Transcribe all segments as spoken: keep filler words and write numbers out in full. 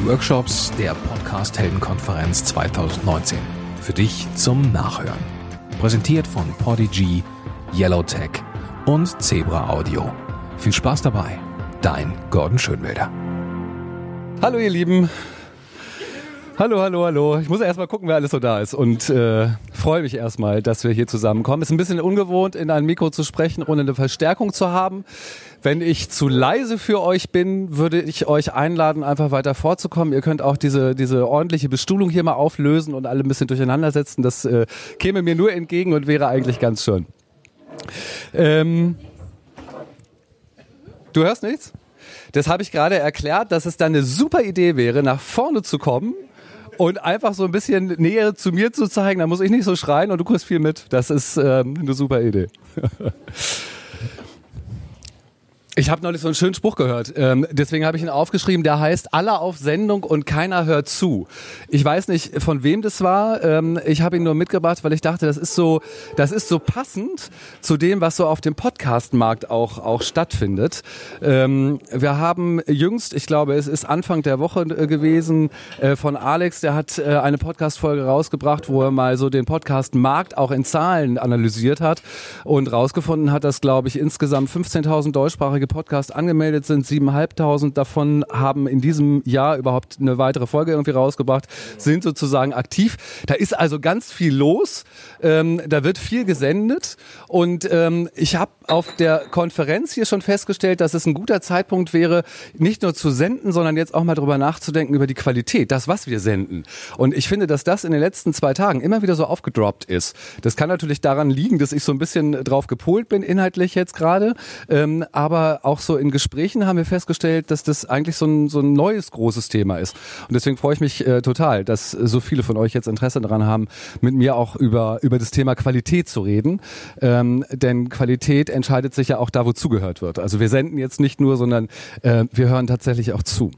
Workshops der Podcast-Heldenkonferenz zwanzig neunzehn. Für dich zum Nachhören. Präsentiert von Podigy, Yellowtech und Zebra Audio. Viel Spaß dabei. Dein Gordon Schönwelder. Hallo ihr Lieben. Hallo, hallo, hallo. Ich muss erstmal gucken, wer alles so da ist und äh, freue mich erstmal, dass wir hier zusammenkommen. Ist ein bisschen ungewohnt, in ein Mikro zu sprechen, ohne eine Verstärkung zu haben. Wenn ich zu leise für euch bin, würde ich euch einladen, einfach weiter vorzukommen. Ihr könnt auch diese diese ordentliche Bestuhlung hier mal auflösen und alle ein bisschen durcheinander setzen. Das äh, käme mir nur entgegen und wäre eigentlich ganz schön. Ähm, du hörst nichts? Das habe ich gerade erklärt, dass es dann eine super Idee wäre, nach vorne zu kommen und einfach so ein bisschen Nähe zu mir zu zeigen. Da muss ich nicht so schreien und du kriegst viel mit. Das ist ähm, eine super Idee. Ich habe neulich so einen schönen Spruch gehört, ähm, deswegen habe ich ihn aufgeschrieben, der heißt, alle auf Sendung und keiner hört zu. Ich weiß nicht, von wem das war, ähm, ich habe ihn nur mitgebracht, weil ich dachte, das ist so das ist so passend zu dem, was so auf dem Podcast-Markt auch, auch stattfindet. Ähm, wir haben jüngst, ich glaube, es ist Anfang der Woche äh, gewesen, äh, von Alex, der hat äh, eine Podcast-Folge rausgebracht, wo er mal so den Podcast-Markt auch in Zahlen analysiert hat und rausgefunden hat, dass, glaube ich, insgesamt fünfzehntausend deutschsprachige Podcasts angemeldet sind, siebentausendfünfhundert davon haben in diesem Jahr überhaupt eine weitere Folge irgendwie rausgebracht, sind sozusagen aktiv. Da ist also ganz viel los, ähm, da wird viel gesendet und ähm, ich habe auf der Konferenz hier schon festgestellt, dass es ein guter Zeitpunkt wäre, nicht nur zu senden, sondern jetzt auch mal drüber nachzudenken über die Qualität, das, was wir senden. Und ich finde, dass das in den letzten zwei Tagen immer wieder so aufgedroppt ist. Das kann natürlich daran liegen, dass ich so ein bisschen drauf gepolt bin, inhaltlich jetzt gerade, ähm, aber auch so in Gesprächen haben wir festgestellt, dass das eigentlich so ein, so ein neues großes Thema ist. Und deswegen freue ich mich äh, total, dass so viele von euch jetzt Interesse daran haben, mit mir auch über, über das Thema Qualität zu reden. Ähm, denn Qualität entscheidet sich ja auch da, wo zugehört wird. Also wir senden jetzt nicht nur, sondern äh, wir hören tatsächlich auch zu.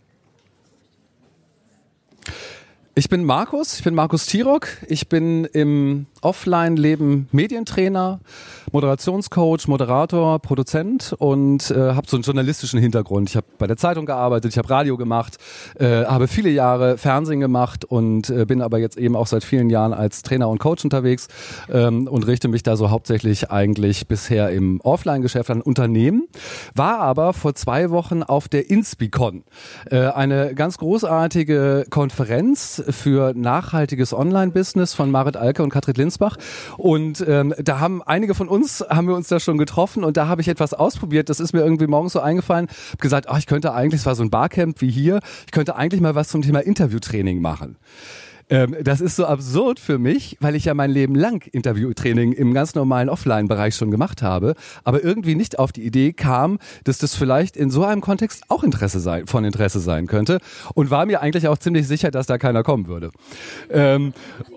Ich bin Markus, ich bin Markus Tirock, ich bin im Offline-Leben Medientrainer, Moderationscoach, Moderator, Produzent und äh, habe so einen journalistischen Hintergrund. Ich habe bei der Zeitung gearbeitet, ich habe Radio gemacht, äh, habe viele Jahre Fernsehen gemacht und äh, bin aber jetzt eben auch seit vielen Jahren als Trainer und Coach unterwegs ähm, und richte mich da so hauptsächlich eigentlich bisher im Offline-Geschäft an Unternehmen, war aber vor zwei Wochen auf der Inspicon, äh, eine ganz großartige Konferenz für nachhaltiges Online-Business von Marit Alke und Katrin Linsbach. Und ähm, da haben einige von uns, haben wir uns da schon getroffen und da habe ich etwas ausprobiert. Das ist mir irgendwie morgens so eingefallen. Ich habe gesagt, ach, ich könnte eigentlich, es war so ein Barcamp wie hier, ich könnte eigentlich mal was zum Thema Interviewtraining machen. Ähm, das ist so absurd für mich, weil ich ja mein Leben lang Interviewtraining im ganz normalen Offline-Bereich schon gemacht habe, aber irgendwie nicht auf die Idee kam, dass das vielleicht in so einem Kontext auch Interesse sein, von Interesse sein könnte und war mir eigentlich auch ziemlich sicher, dass da keiner kommen würde. Ähm,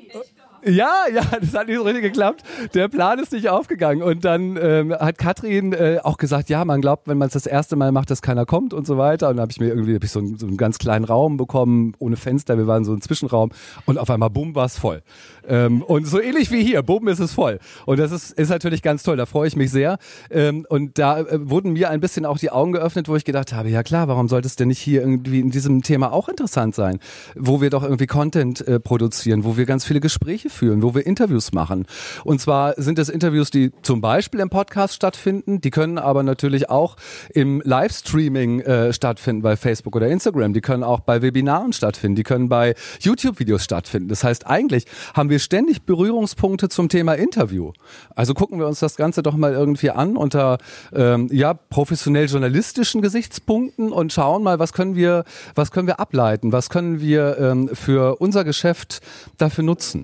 Ja, ja, das hat nicht so richtig geklappt. Der Plan ist nicht aufgegangen. Und dann ähm, hat Katrin äh, auch gesagt, ja, man glaubt, wenn man es das erste Mal macht, dass keiner kommt und so weiter. Und dann habe ich mir irgendwie hab ich so, einen, so einen ganz kleinen Raum bekommen, ohne Fenster. Wir waren so ein Zwischenraum. Und auf einmal, bumm, war es voll. Ähm, und so ähnlich wie hier, bumm, ist es voll. Und das ist, ist natürlich ganz toll. Da freue ich mich sehr. Ähm, und da äh, wurden mir ein bisschen auch die Augen geöffnet, wo ich gedacht habe, ja klar, warum sollte es denn nicht hier irgendwie in diesem Thema auch interessant sein? Wo wir doch irgendwie Content äh, produzieren, wo wir ganz viele Gespräche führen, wo wir Interviews machen. Und zwar sind es Interviews, die zum Beispiel im Podcast stattfinden, die können aber natürlich auch im Livestreaming äh, stattfinden bei Facebook oder Instagram, die können auch bei Webinaren stattfinden, die können bei YouTube-Videos stattfinden. Das heißt, eigentlich haben wir ständig Berührungspunkte zum Thema Interview. Also gucken wir uns das Ganze doch mal irgendwie an unter ähm, ja, professionell journalistischen Gesichtspunkten und schauen mal, was können wir, was können wir ableiten, was können wir ähm, für unser Geschäft dafür nutzen.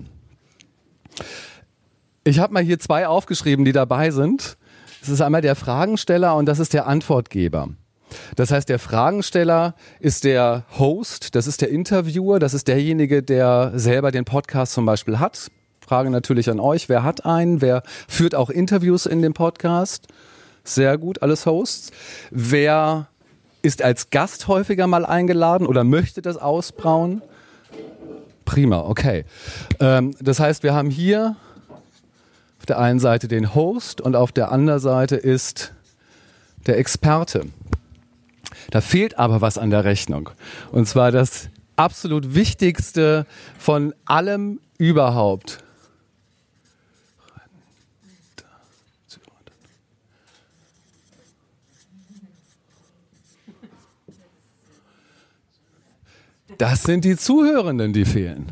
Ich habe mal hier zwei aufgeschrieben, die dabei sind. Das ist einmal der Fragensteller und das ist der Antwortgeber. Das heißt, der Fragensteller ist der Host, das ist der Interviewer, das ist derjenige, der selber den Podcast zum Beispiel hat. Frage natürlich an euch, wer hat einen, wer führt auch Interviews in dem Podcast? Sehr gut, alles Hosts. Wer ist als Gast häufiger mal eingeladen oder möchte das ausbauen? Prima, okay. Ähm, das heißt, wir haben hier auf der einen Seite den Host und auf der anderen Seite ist der Experte. Da fehlt aber was an der Rechnung. Und zwar das absolut Wichtigste von allem überhaupt. Das sind die Zuhörenden, die fehlen.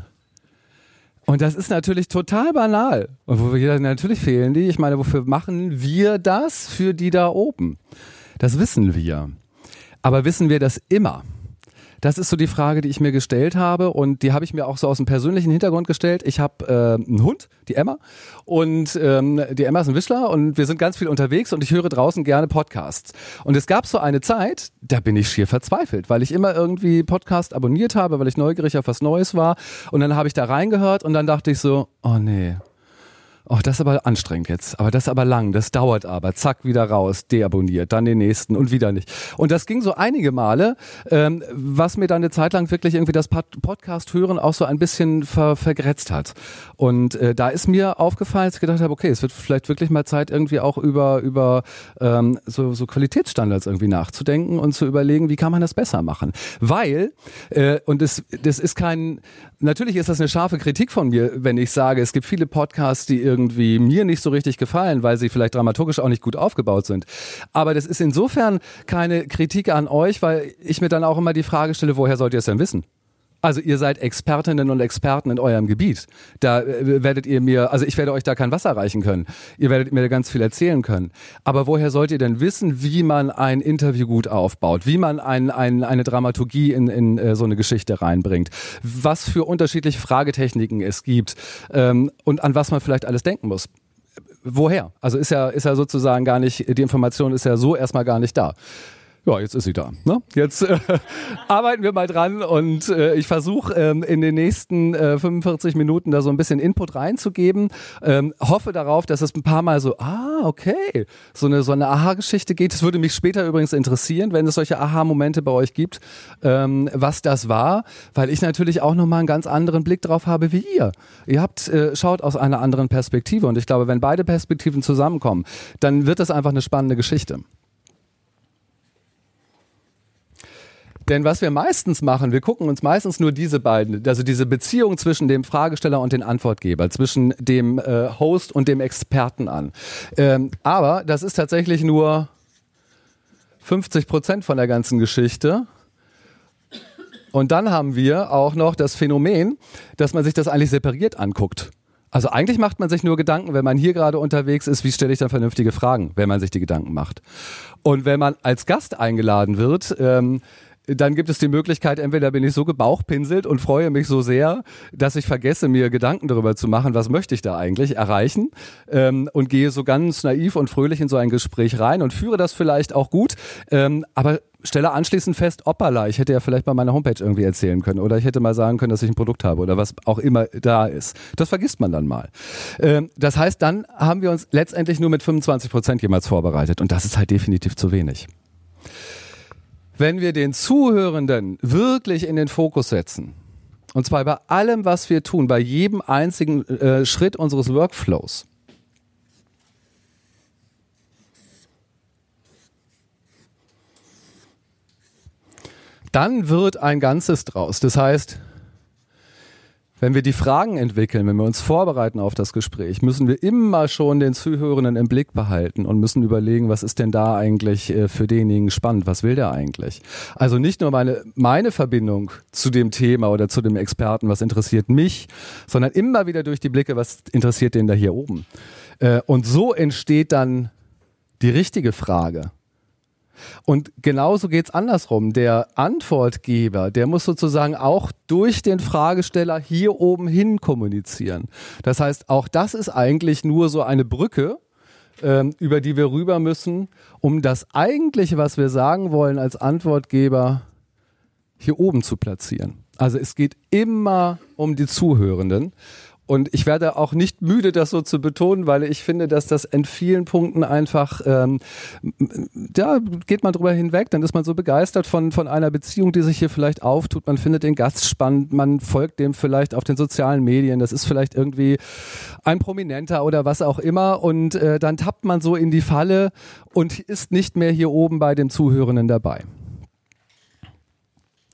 Und das ist natürlich total banal. Und wo wir natürlich fehlen die. Ich meine, wofür machen wir das? Für die da oben. Das wissen wir. Aber wissen wir das immer? Das ist so die Frage, die ich mir gestellt habe, und die habe ich mir auch so aus dem persönlichen Hintergrund gestellt. Ich habe äh, einen Hund, die Emma, und ähm, die Emma ist ein Wischler und wir sind ganz viel unterwegs und ich höre draußen gerne Podcasts. Und es gab so eine Zeit, da bin ich schier verzweifelt, weil ich immer irgendwie Podcast abonniert habe, weil ich neugierig auf was Neues war, und dann habe ich da reingehört und dann dachte ich so, oh nee. Oh, das ist aber anstrengend jetzt. Aber das ist aber lang. Das dauert aber. Zack, wieder raus. Deabonniert. Dann den nächsten und wieder nicht. Und das ging so einige Male, ähm, was mir dann eine Zeit lang wirklich irgendwie das Podcast-Hören auch so ein bisschen ver vergrätzt hat. Und äh, da ist mir aufgefallen, dass ich gedacht habe, okay, es wird vielleicht wirklich mal Zeit, irgendwie auch über über ähm, so, so Qualitätsstandards irgendwie nachzudenken und zu überlegen, wie kann man das besser machen. Weil, äh, und das, das ist kein, natürlich ist das eine scharfe Kritik von mir, wenn ich sage, es gibt viele Podcasts, die irgendwie mir nicht so richtig gefallen, weil sie vielleicht dramaturgisch auch nicht gut aufgebaut sind. Aber das ist insofern keine Kritik an euch, weil ich mir dann auch immer die Frage stelle, woher sollt ihr es denn wissen? Also ihr seid Expertinnen und Experten in eurem Gebiet. Da äh, werdet ihr mir, also ich werde euch da kein Wasser reichen können. Ihr werdet mir ganz viel erzählen können. Aber woher sollt ihr denn wissen, wie man ein Interview gut aufbaut? Wie man ein, ein, eine Dramaturgie in, in äh, so eine Geschichte reinbringt? Was für unterschiedliche Fragetechniken es gibt ähm, und an was man vielleicht alles denken muss? Woher? Also ist ja, ist ja sozusagen gar nicht, die Information ist ja so erstmal gar nicht da. Ja, jetzt ist sie da. Ne? Jetzt äh, arbeiten wir mal dran und äh, ich versuche ähm, in den nächsten äh, fünfundvierzig Minuten da so ein bisschen Input reinzugeben. Ähm, hoffe darauf, dass es ein paar Mal so, ah, okay, so eine so eine Aha-Geschichte geht. Es würde mich später übrigens interessieren, wenn es solche Aha-Momente bei euch gibt, ähm, was das war, weil ich natürlich auch nochmal einen ganz anderen Blick drauf habe wie ihr. Ihr habt äh, schaut aus einer anderen Perspektive, und ich glaube, wenn beide Perspektiven zusammenkommen, dann wird das einfach eine spannende Geschichte. Denn was wir meistens machen, wir gucken uns meistens nur diese beiden, also diese Beziehung zwischen dem Fragesteller und dem Antwortgeber, zwischen dem äh, Host und dem Experten an. Ähm, aber das ist tatsächlich nur fünfzig Prozent von der ganzen Geschichte. Und dann haben wir auch noch das Phänomen, dass man sich das eigentlich separiert anguckt. Also eigentlich macht man sich nur Gedanken, wenn man hier gerade unterwegs ist, wie stelle ich dann vernünftige Fragen, wenn man sich die Gedanken macht. Und wenn man als Gast eingeladen wird, ähm, dann gibt es die Möglichkeit, entweder bin ich so gebauchpinselt und freue mich so sehr, dass ich vergesse, mir Gedanken darüber zu machen, was möchte ich da eigentlich erreichen, ähm, und gehe so ganz naiv und fröhlich in so ein Gespräch rein und führe das vielleicht auch gut, ähm, aber stelle anschließend fest, hoppala, ich hätte ja vielleicht bei meiner Homepage irgendwie erzählen können oder ich hätte mal sagen können, dass ich ein Produkt habe oder was auch immer da ist. Das vergisst man dann mal. Ähm, das heißt, dann haben wir uns letztendlich nur mit fünfundzwanzig Prozent jemals vorbereitet, und das ist halt definitiv zu wenig. Wenn wir den Zuhörenden wirklich in den Fokus setzen, und zwar bei allem, was wir tun, bei jedem einzigen äh, Schritt unseres Workflows, dann wird ein Ganzes draus. Das heißt, wenn wir die Fragen entwickeln, wenn wir uns vorbereiten auf das Gespräch, müssen wir immer schon den Zuhörenden im Blick behalten und müssen überlegen, was ist denn da eigentlich für denjenigen spannend, was will der eigentlich? Also nicht nur meine, meine Verbindung zu dem Thema oder zu dem Experten, was interessiert mich, sondern immer wieder durch die Blicke, was interessiert den da hier oben? Und so entsteht dann die richtige Frage. Und genauso geht's andersrum. Der Antwortgeber, der muss sozusagen auch durch den Fragesteller hier oben hin kommunizieren. Das heißt, auch das ist eigentlich nur so eine Brücke, ähm, über die wir rüber müssen, um das Eigentliche, was wir sagen wollen als Antwortgeber, hier oben zu platzieren. Also es geht immer um die Zuhörenden. Und ich werde auch nicht müde, das so zu betonen, weil ich finde, dass das in vielen Punkten einfach, ähm, da geht man drüber hinweg, dann ist man so begeistert von von einer Beziehung, die sich hier vielleicht auftut. Man findet den Gast spannend, man folgt dem vielleicht auf den sozialen Medien, das ist vielleicht irgendwie ein Prominenter oder was auch immer, und äh, dann tappt man so in die Falle und ist nicht mehr hier oben bei dem Zuhörenden dabei.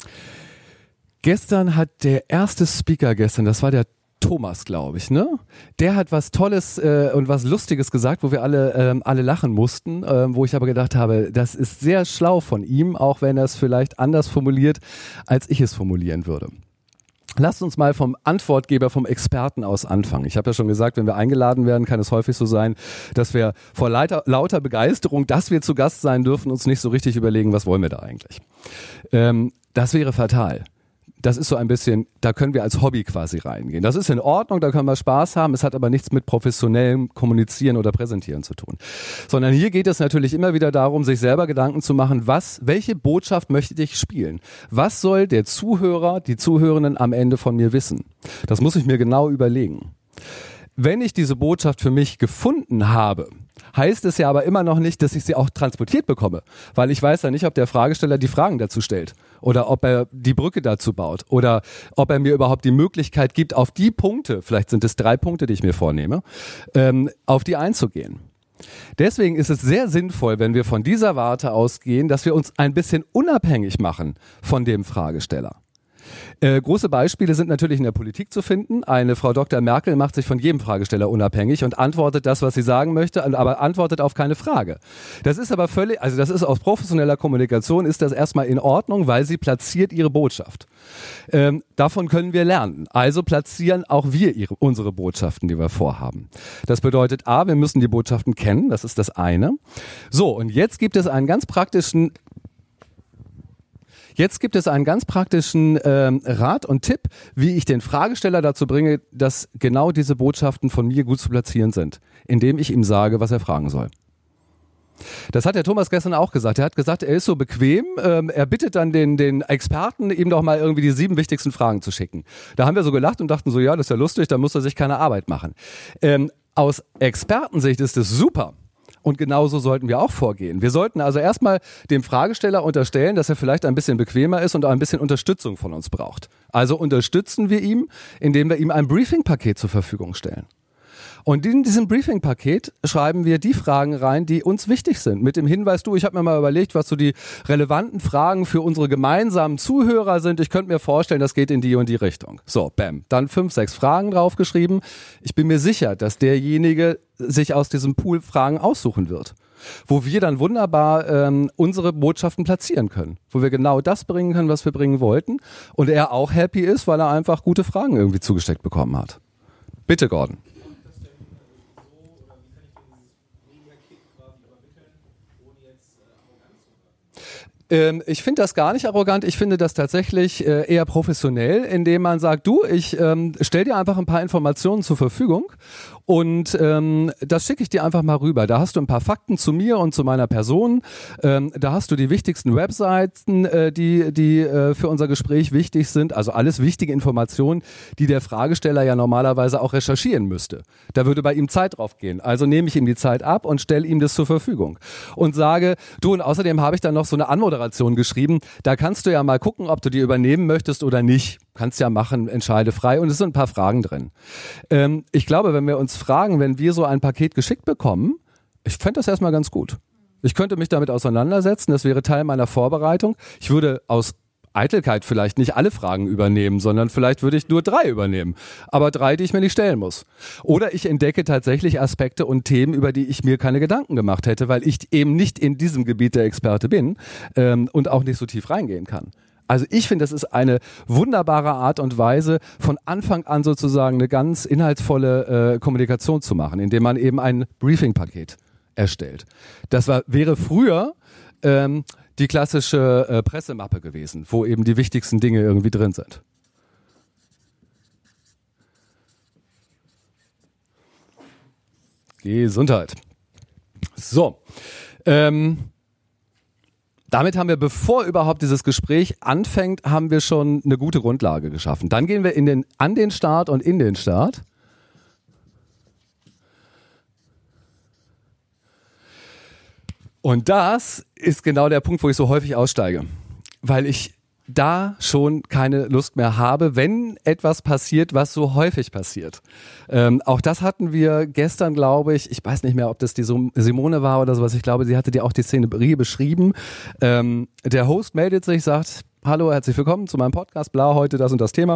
Gestern hat der erste Speaker gestern, das war der Thomas, glaube ich, ne? Der hat was Tolles äh, und was Lustiges gesagt, wo wir alle, ähm, alle lachen mussten, ähm, wo ich aber gedacht habe, das ist sehr schlau von ihm, auch wenn er es vielleicht anders formuliert, als ich es formulieren würde. Lasst uns mal vom Antwortgeber, vom Experten aus anfangen. Ich habe ja schon gesagt, wenn wir eingeladen werden, kann es häufig so sein, dass wir vor lauter, lauter Begeisterung, dass wir zu Gast sein dürfen, uns nicht so richtig überlegen, was wollen wir da eigentlich. Ähm, das wäre fatal. Das ist so ein bisschen, da können wir als Hobby quasi reingehen. Das ist in Ordnung, da können wir Spaß haben, es hat aber nichts mit professionellem Kommunizieren oder Präsentieren zu tun. Sondern hier geht es natürlich immer wieder darum, sich selber Gedanken zu machen, was, welche Botschaft möchte ich spielen? Was soll der Zuhörer, die Zuhörenden am Ende von mir wissen? Das muss ich mir genau überlegen. Wenn ich diese Botschaft für mich gefunden habe, heißt es ja aber immer noch nicht, dass ich sie auch transportiert bekomme, weil ich weiß ja nicht, ob der Fragesteller die Fragen dazu stellt oder ob er die Brücke dazu baut oder ob er mir überhaupt die Möglichkeit gibt, auf die Punkte, vielleicht sind es drei Punkte, die ich mir vornehme, ähm, auf die einzugehen. Deswegen ist es sehr sinnvoll, wenn wir von dieser Warte ausgehen, dass wir uns ein bisschen unabhängig machen von dem Fragesteller. Äh, große Beispiele sind natürlich in der Politik zu finden. Eine Frau Doktor Merkel macht sich von jedem Fragesteller unabhängig und antwortet das, was sie sagen möchte, aber antwortet auf keine Frage. Das ist aber völlig, also das ist aus professioneller Kommunikation ist das erstmal in Ordnung, weil sie platziert ihre Botschaft. Ähm, davon können wir lernen. Also platzieren auch wir ihre, unsere Botschaften, die wir vorhaben. Das bedeutet A, wir müssen die Botschaften kennen, das ist das eine. So, und jetzt gibt es einen ganz praktischen Jetzt gibt es einen ganz praktischen ähm, Rat und Tipp, wie ich den Fragesteller dazu bringe, dass genau diese Botschaften von mir gut zu platzieren sind, indem ich ihm sage, was er fragen soll. Das hat der Thomas gestern auch gesagt. Er hat gesagt, er ist so bequem, ähm, er bittet dann den, den Experten, ihm doch mal irgendwie die sieben wichtigsten Fragen zu schicken. Da haben wir so gelacht und dachten so, ja, das ist ja lustig, da muss er sich keine Arbeit machen. Ähm, aus Expertensicht ist es super. Und genauso sollten wir auch vorgehen. Wir sollten also erstmal dem Fragesteller unterstellen, dass er vielleicht ein bisschen bequemer ist und auch ein bisschen Unterstützung von uns braucht. Also unterstützen wir ihm, indem wir ihm ein Briefing-Paket zur Verfügung stellen. Und in diesem Briefing-Paket schreiben wir die Fragen rein, die uns wichtig sind. Mit dem Hinweis, du, ich habe mir mal überlegt, was so die relevanten Fragen für unsere gemeinsamen Zuhörer sind. Ich könnte mir vorstellen, das geht in die und die Richtung. So, bam. Dann fünf, sechs Fragen draufgeschrieben. Ich bin mir sicher, dass derjenige sich aus diesem Pool Fragen aussuchen wird, wo wir dann wunderbar ähm, unsere Botschaften platzieren können, wo wir genau das bringen können, was wir bringen wollten und er auch happy ist, weil er einfach gute Fragen irgendwie zugesteckt bekommen hat. Bitte, Gordon. Ähm, ich finde das gar nicht arrogant, ich finde das tatsächlich äh, eher professionell, indem man sagt, du, ich ähm, stell dir einfach ein paar Informationen zur Verfügung und ähm, das schicke ich dir einfach mal rüber. Da hast du ein paar Fakten zu mir und zu meiner Person, ähm, da hast du die wichtigsten Webseiten, äh, die, die äh, für unser Gespräch wichtig sind, also alles wichtige Informationen, die der Fragesteller ja normalerweise auch recherchieren müsste. Da würde bei ihm Zeit drauf gehen, also nehme ich ihm die Zeit ab und stelle ihm das zur Verfügung und sage, du, und außerdem habe ich dann noch so eine Anmoderation geschrieben, da kannst du ja mal gucken, ob du die übernehmen möchtest oder nicht. Kannst ja machen, entscheide frei und es sind ein paar Fragen drin. Ähm, ich glaube, wenn wir uns fragen, wenn wir so ein Paket geschickt bekommen, ich fände das erstmal ganz gut. Ich könnte mich damit auseinandersetzen, das wäre Teil meiner Vorbereitung. Ich würde aus Eitelkeit vielleicht nicht alle Fragen übernehmen, sondern vielleicht würde ich nur drei übernehmen. Aber drei, die ich mir nicht stellen muss. Oder ich entdecke tatsächlich Aspekte und Themen, über die ich mir keine Gedanken gemacht hätte, weil ich eben nicht in diesem Gebiet der Experte bin ähm, und auch nicht so tief reingehen kann. Also ich finde, das ist eine wunderbare Art und Weise, von Anfang an sozusagen eine ganz inhaltsvolle äh, Kommunikation zu machen, indem man eben ein Briefing-Paket erstellt. Das war, wäre früher ähm, die klassische äh, Pressemappe gewesen, wo eben die wichtigsten Dinge irgendwie drin sind. Gesundheit. So, ähm, damit haben wir, bevor überhaupt dieses Gespräch anfängt, haben wir schon eine gute Grundlage geschaffen. Dann gehen wir in den, an den Start und in den Start. Und das ist genau der Punkt, wo ich so häufig aussteige, weil ich da schon keine Lust mehr habe, wenn etwas passiert, was so häufig passiert. Ähm, auch das hatten wir gestern, glaube ich, ich weiß nicht mehr, ob das die Simone war oder sowas, ich glaube, sie hatte dir auch die Szenerie beschrieben. Ähm, der Host meldet sich, sagt, hallo, herzlich willkommen zu meinem Podcast, bla, heute das und das Thema.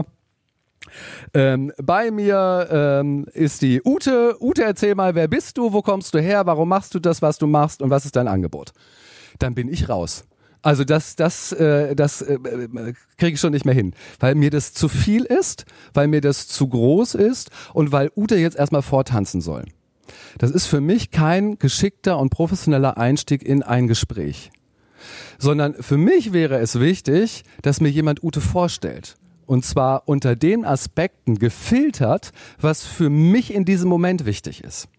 Ähm, bei mir ähm, ist die Ute. Ute, erzähl mal, wer bist du, wo kommst du her, warum machst du das, was du machst und was ist dein Angebot? Dann bin ich raus. Also das, das, äh, das äh, kriege ich schon nicht mehr hin, weil mir das zu viel ist, weil mir das zu groß ist und weil Ute jetzt erstmal vortanzen soll. Das ist für mich kein geschickter und professioneller Einstieg in ein Gespräch, sondern für mich wäre es wichtig, dass mir jemand Ute vorstellt. Und zwar unter den Aspekten gefiltert, was für mich in diesem Moment wichtig ist.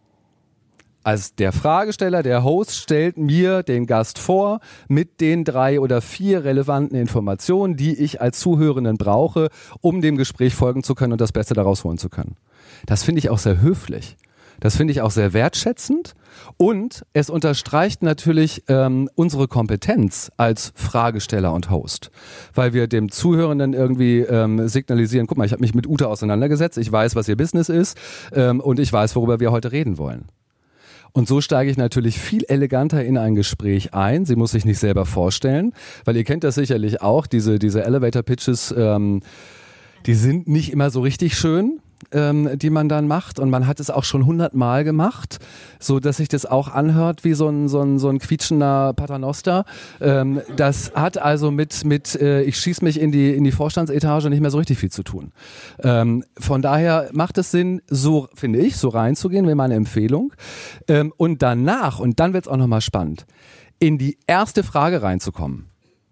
Als der Fragesteller, der Host, stellt mir den Gast vor mit den drei oder vier relevanten Informationen, die ich als Zuhörenden brauche, um dem Gespräch folgen zu können und das Beste daraus holen zu können. Das finde ich auch sehr höflich. Das finde ich auch sehr wertschätzend und es unterstreicht natürlich ähm, unsere Kompetenz als Fragesteller und Host, weil wir dem Zuhörenden irgendwie ähm, signalisieren, guck mal, ich habe mich mit Ute auseinandergesetzt, ich weiß, was ihr Business ist ähm, und ich weiß, worüber wir heute reden wollen. Und so steige ich natürlich viel eleganter in ein Gespräch ein. Sie muss sich nicht selber vorstellen, weil ihr kennt das sicherlich auch, diese, diese Elevator-Pitches, ähm, die sind nicht immer so richtig schön, ähm, die man dann macht. Und man hat es auch schon hundertmal gemacht, so dass sich das auch anhört wie so ein, so ein, so ein quietschender Paternoster. Ähm, das hat also mit, mit äh, ich schieße mich in die, in die Vorstandsetage nicht mehr so richtig viel zu tun. Ähm, von daher macht es Sinn, so finde ich, so reinzugehen, wäre meine Empfehlung. Ähm, und danach, und dann wird es auch nochmal spannend, in die erste Frage reinzukommen.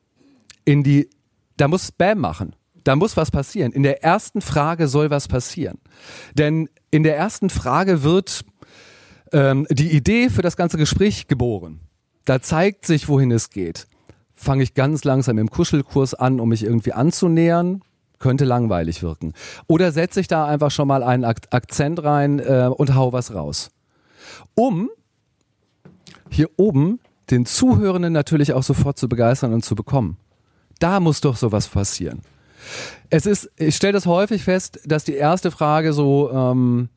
In die, da muss Spam machen. Da muss was passieren. In der ersten Frage soll was passieren. Denn in der ersten Frage wird ähm, die Idee für das ganze Gespräch geboren. Da zeigt sich, wohin es geht. Fange ich ganz langsam im Kuschelkurs an, um mich irgendwie anzunähern? Könnte langweilig wirken. Oder setze ich da einfach schon mal einen Ak- Akzent rein äh, und hau was raus. Um hier oben den Zuhörenden natürlich auch sofort zu begeistern und zu bekommen. Da muss doch sowas passieren. Es ist, ich stelle das häufig fest, dass die erste Frage so, ähm,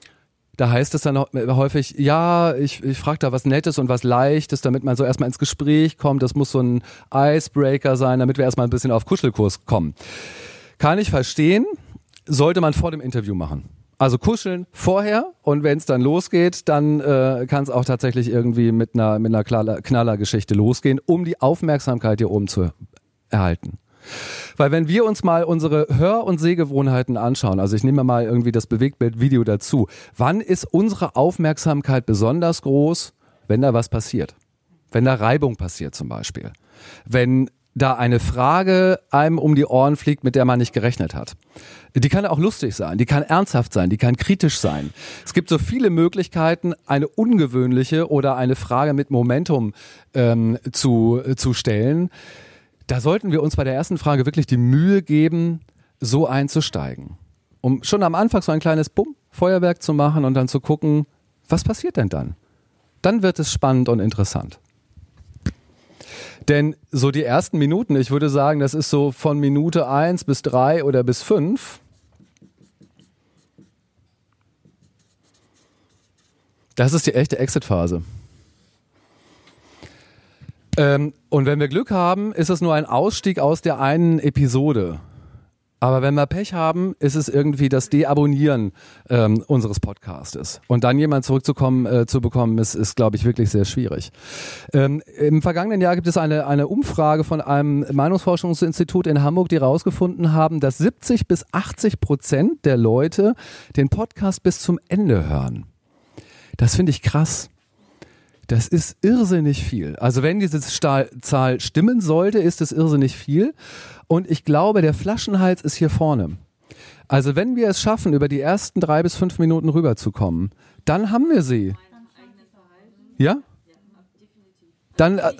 da heißt es dann häufig, ja, ich, ich frage da was Nettes und was Leichtes, damit man so erstmal ins Gespräch kommt. Das muss so ein Icebreaker sein, damit wir erstmal ein bisschen auf Kuschelkurs kommen. Kann ich verstehen, sollte man vor dem Interview machen. Also kuscheln vorher und wenn es dann losgeht, dann äh, kann es auch tatsächlich irgendwie mit einer, mit einer Knaller, Knallergeschichte losgehen, um die Aufmerksamkeit hier oben zu erhalten. Weil wenn wir uns mal unsere Hör- und Sehgewohnheiten anschauen, also ich nehme mal irgendwie das Bewegtbild-Video dazu, wann ist unsere Aufmerksamkeit besonders groß, wenn da was passiert? Wenn da Reibung passiert zum Beispiel. Wenn da eine Frage einem um die Ohren fliegt, mit der man nicht gerechnet hat. Die kann auch lustig sein, die kann ernsthaft sein, die kann kritisch sein. Es gibt so viele Möglichkeiten, eine ungewöhnliche oder eine Frage mit Momentum ähm, zu, zu stellen. Da sollten wir uns bei der ersten Frage wirklich die Mühe geben, so einzusteigen. Um schon am Anfang so ein kleines Bumm, Feuerwerk zu machen und dann zu gucken, was passiert denn dann? Dann wird es spannend und interessant. Denn so die ersten Minuten, ich würde sagen, das ist so von Minute eins bis drei oder bis fünf. Das ist die echte Exit-Phase. Ähm, und wenn wir Glück haben, ist es nur ein Ausstieg aus der einen Episode. Aber wenn wir Pech haben, ist es irgendwie das Deabonnieren ähm, unseres Podcastes. Und dann jemand zurückzukommen, äh, zu bekommen, ist, ist glaube ich, wirklich sehr schwierig. Ähm, im vergangenen Jahr gibt es eine, eine Umfrage von einem Meinungsforschungsinstitut in Hamburg, die herausgefunden haben, dass siebzig bis achtzig Prozent der Leute den Podcast bis zum Ende hören. Das finde ich krass. Das ist irrsinnig viel. Also wenn diese Zahl stimmen sollte, ist es irrsinnig viel. Und ich glaube, der Flaschenhals ist hier vorne. Also wenn wir es schaffen, über die ersten drei bis fünf Minuten rüberzukommen, dann haben wir sie. Ja? Dann. Äh,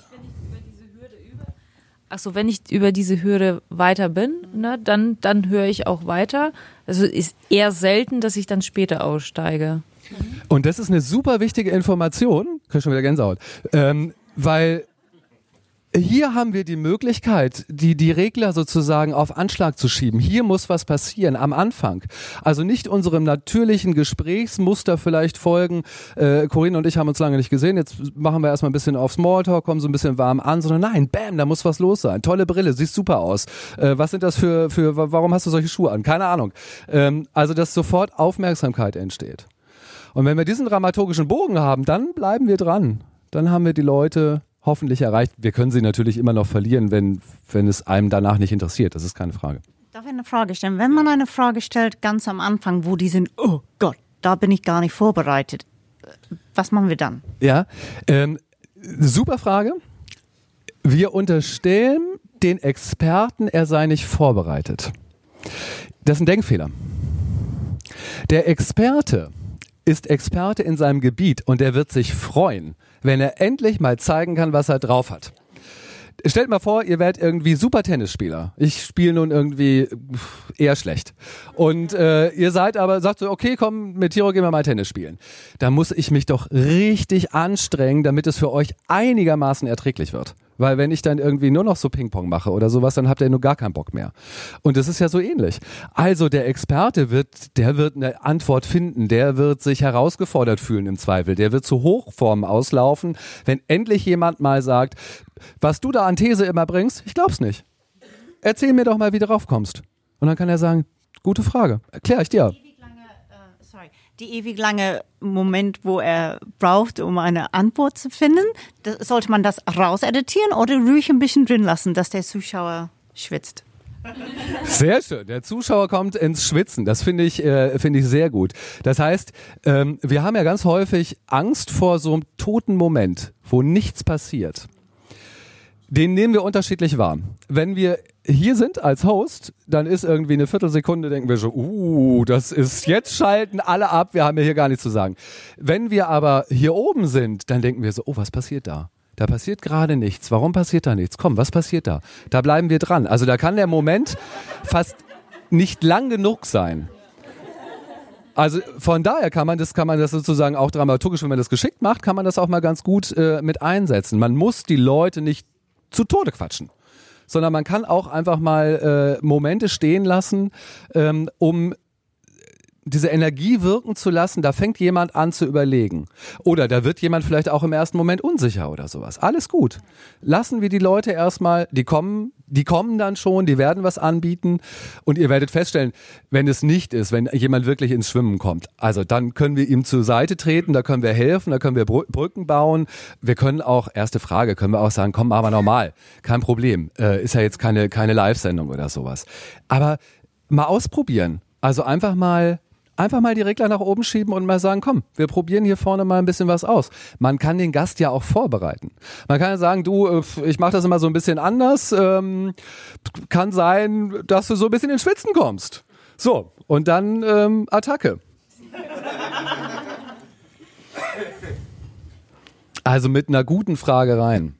Achso, wenn ich über diese Hürde weiter bin, ne, dann, dann höre ich auch weiter. Also ist eher selten, dass ich dann später aussteige. Und das ist eine super wichtige Information, krieg schon wieder Gänsehaut, ähm, weil Hier haben wir die Möglichkeit, die, die Regler sozusagen auf Anschlag zu schieben. Hier muss was passieren am Anfang. Also nicht unserem natürlichen Gesprächsmuster vielleicht folgen. Äh, Corinne und ich haben uns lange nicht gesehen. Jetzt machen wir erstmal ein bisschen auf Smalltalk, kommen so ein bisschen warm an, sondern nein, bam, da muss was los sein. Tolle Brille, siehst super aus. Äh, was sind das für, für, warum hast du solche Schuhe an? Keine Ahnung. Ähm, also, dass sofort Aufmerksamkeit entsteht. Und wenn wir diesen dramaturgischen Bogen haben, dann bleiben wir dran. Dann haben wir die Leute hoffentlich erreicht. Wir können sie natürlich immer noch verlieren, wenn, wenn es einem danach nicht interessiert. Das ist keine Frage. Darf ich eine Frage stellen? Wenn man eine Frage stellt, ganz am Anfang, wo die sind, oh Gott, da bin ich gar nicht vorbereitet. Was machen wir dann? Ja, ähm, super Frage. Wir unterstellen den Experten, er sei nicht vorbereitet. Das ist ein Denkfehler. Der Experte ist Experte in seinem Gebiet und er wird sich freuen, wenn er endlich mal zeigen kann, was er drauf hat. Stellt mal vor, ihr werdet irgendwie super Tennisspieler. Ich spiele nun irgendwie eher schlecht. Und äh, ihr seid aber, sagt so, okay, komm, mit Tiro gehen wir mal Tennis spielen. Da muss ich mich doch richtig anstrengen, damit es für euch einigermaßen erträglich wird. Weil wenn ich dann irgendwie nur noch so Ping-Pong mache oder sowas, dann habt ihr nur gar keinen Bock mehr. Und das ist ja so ähnlich. Also der Experte wird, der wird eine Antwort finden, der wird sich herausgefordert fühlen im Zweifel, der wird zu Hochformen auslaufen, wenn endlich jemand mal sagt, was du da an These immer bringst, ich glaub's nicht. Erzähl mir doch mal, wie du drauf kommst. Und dann kann er sagen, gute Frage, erklär ich dir. Die ewig lange Moment, wo er braucht, um eine Antwort zu finden, das, sollte man das rauseditieren oder ruhig ein bisschen drin lassen, dass der Zuschauer schwitzt? Sehr schön. Der Zuschauer kommt ins Schwitzen. Das finde ich, äh, finde ich sehr gut. Das heißt, ähm, wir haben ja ganz häufig Angst vor so einem toten Moment, wo nichts passiert. Den nehmen wir unterschiedlich wahr. Wenn wir hier sind als Host, dann ist irgendwie eine Viertelsekunde, denken wir so, uh, das ist, jetzt schalten alle ab, wir haben ja hier gar nichts zu sagen. Wenn wir aber hier oben sind, dann denken wir so, oh, was passiert da? Da passiert gerade nichts. Warum passiert da nichts? Komm, was passiert da? Da bleiben wir dran. Also da kann der Moment fast nicht lang genug sein. Also von daher kann man das, kann man das sozusagen auch dramaturgisch, wenn man das geschickt macht, kann man das auch mal ganz gut äh, mit einsetzen. Man muss die Leute nicht zu Tode quatschen, sondern man kann auch einfach mal äh, Momente stehen lassen, ähm, um diese Energie wirken zu lassen. Da fängt jemand an zu überlegen. Oder da wird jemand vielleicht auch im ersten Moment unsicher oder sowas. Alles gut. Lassen wir die Leute erstmal, die kommen, die kommen dann schon, die werden was anbieten und ihr werdet feststellen, wenn es nicht ist, wenn jemand wirklich ins Schwimmen kommt, also dann können wir ihm zur Seite treten, da können wir helfen, da können wir Brücken bauen. Wir können auch, erste Frage, können wir auch sagen, komm, aber normal, kein Problem. Äh, ist ja jetzt keine, keine Live-Sendung oder sowas. Aber mal ausprobieren. Also einfach mal Einfach mal die Regler nach oben schieben und mal sagen, komm, wir probieren hier vorne mal ein bisschen was aus. Man kann den Gast ja auch vorbereiten. Man kann ja sagen, du, ich mache das immer so ein bisschen anders. Ähm, kann sein, dass du so ein bisschen ins Schwitzen kommst. So, und dann ähm, Attacke. Also mit einer guten Frage rein.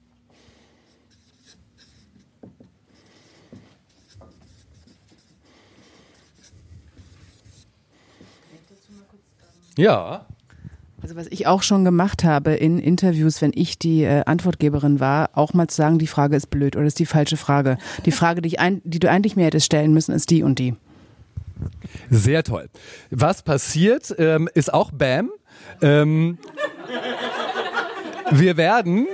Ja. Also was ich auch schon gemacht habe in Interviews, wenn ich die äh, Antwortgeberin war, auch mal zu sagen, die Frage ist blöd oder ist die falsche Frage. Die Frage, die, ich ein, die du eigentlich mir hättest stellen müssen, ist die und die. Sehr toll. Was passiert, ähm, ist auch Bam. Ähm, wir werden...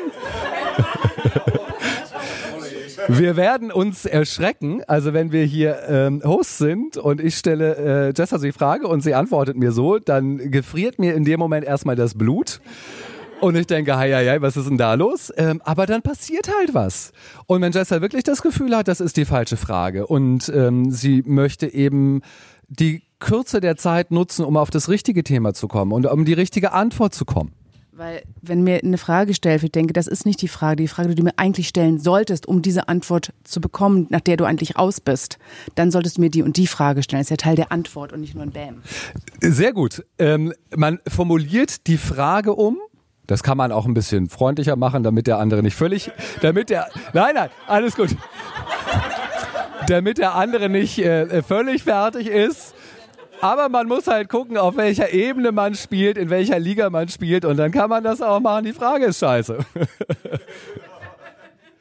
Wir werden uns erschrecken, also wenn wir hier ähm, Hosts sind und ich stelle äh, Jess also die Frage und sie antwortet mir so, dann gefriert mir in dem Moment erstmal das Blut und ich denke, hei, hei, hei, was ist denn da los? Ähm, aber dann passiert halt was. Und wenn Jessa wirklich das Gefühl hat, das ist die falsche Frage und ähm, sie möchte eben die Kürze der Zeit nutzen, um auf das richtige Thema zu kommen und um die richtige Antwort zu kommen. Weil, wenn mir eine Frage gestellt wird, denke, das ist nicht die Frage, die Frage, die du mir eigentlich stellen solltest, um diese Antwort zu bekommen, nach der du eigentlich raus bist, dann solltest du mir die und die Frage stellen. Das ist ja Teil der Antwort und nicht nur ein Bam. Sehr gut. Ähm, man formuliert die Frage um. Das kann man auch ein bisschen freundlicher machen, damit der andere nicht völlig, damit der, nein, nein, alles gut. Damit der andere nicht äh, völlig fertig ist. Aber man muss halt gucken, auf welcher Ebene man spielt, in welcher Liga man spielt und dann kann man das auch machen. Die Frage ist scheiße.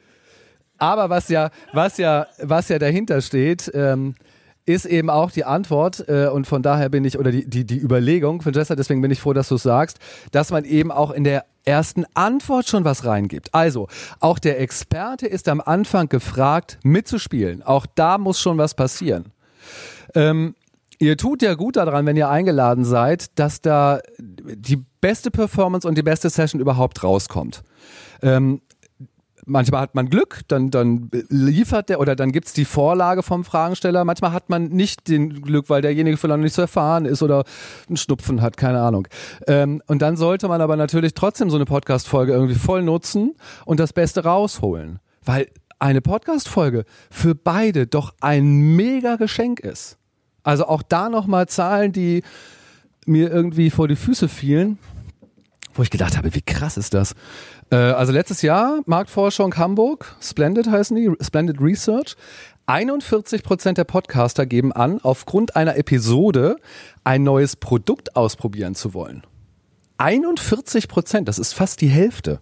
Aber was ja, was ja, was ja dahinter steht, ähm, ist eben auch die Antwort äh, und von daher bin ich, oder die, die, die Überlegung von Jessa, deswegen bin ich froh, dass du es sagst, dass man eben auch in der ersten Antwort schon was reingibt. Also, auch der Experte ist am Anfang gefragt, mitzuspielen. Auch da muss schon was passieren. Ähm, ihr tut ja gut daran, wenn ihr eingeladen seid, dass da die beste Performance und die beste Session überhaupt rauskommt. Ähm, Manchmal hat man Glück, dann, dann liefert der oder dann gibt's die Vorlage vom Fragensteller. Manchmal hat man nicht den Glück, weil derjenige vielleicht noch nicht so erfahren ist oder einen Schnupfen hat, keine Ahnung. Ähm, und dann sollte man aber natürlich trotzdem so eine Podcast-Folge irgendwie voll nutzen und das Beste rausholen. Weil eine Podcast-Folge für beide doch ein mega Geschenk ist. Also auch da nochmal Zahlen, die mir irgendwie vor die Füße fielen, wo ich gedacht habe, wie krass ist das? Also letztes Jahr, Marktforschung Hamburg, Splendid heißen die, Splendid Research. einundvierzig Prozent der Podcaster geben an, aufgrund einer Episode ein neues Produkt ausprobieren zu wollen. einundvierzig Prozent, das ist fast die Hälfte.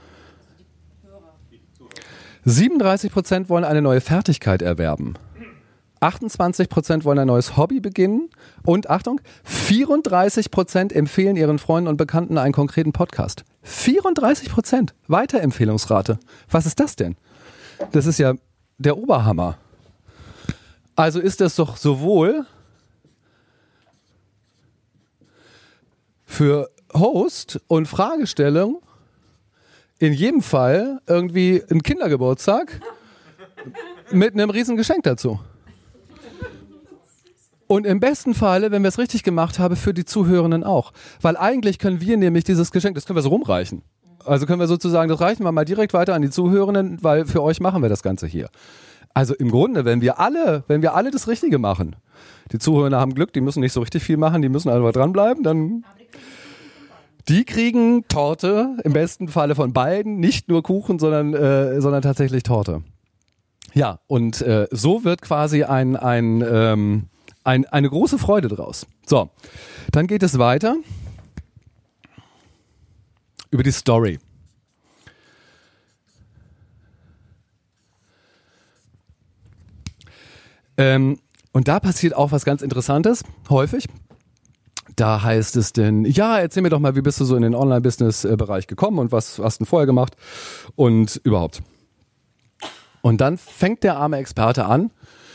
siebenunddreißig Prozent wollen eine neue Fertigkeit erwerben. achtundzwanzig Prozent wollen ein neues Hobby beginnen und, Achtung, vierunddreißig Prozent empfehlen ihren Freunden und Bekannten einen konkreten Podcast. vierunddreißig Prozent Weiterempfehlungsrate. Was ist das denn? Das ist ja der Oberhammer. Also ist das doch sowohl für Host und Fragestellung in jedem Fall irgendwie ein Kindergeburtstag mit einem riesen Geschenk dazu. Und im besten Falle, wenn wir es richtig gemacht haben, für die Zuhörenden auch. Weil eigentlich können wir nämlich dieses Geschenk, das können wir so rumreichen. Also können wir sozusagen, das reichen wir mal direkt weiter an die Zuhörenden, weil für euch machen wir das Ganze hier. Also im Grunde, wenn wir alle, wenn wir alle das Richtige machen, die Zuhörenden haben Glück, die müssen nicht so richtig viel machen, die müssen einfach dranbleiben, dann die kriegen Torte, im besten Falle von beiden, nicht nur Kuchen, sondern, äh, sondern tatsächlich Torte. Ja, und äh, so wird quasi ein, ein ähm, Ein, eine große Freude draus. So, dann geht es weiter über die Story. Ähm, und da passiert auch was ganz Interessantes, häufig. Da heißt es denn, ja, erzähl mir doch mal, wie bist du so in den Online-Business-Bereich gekommen und was hast du denn vorher gemacht und überhaupt. Und dann fängt der arme Experte an,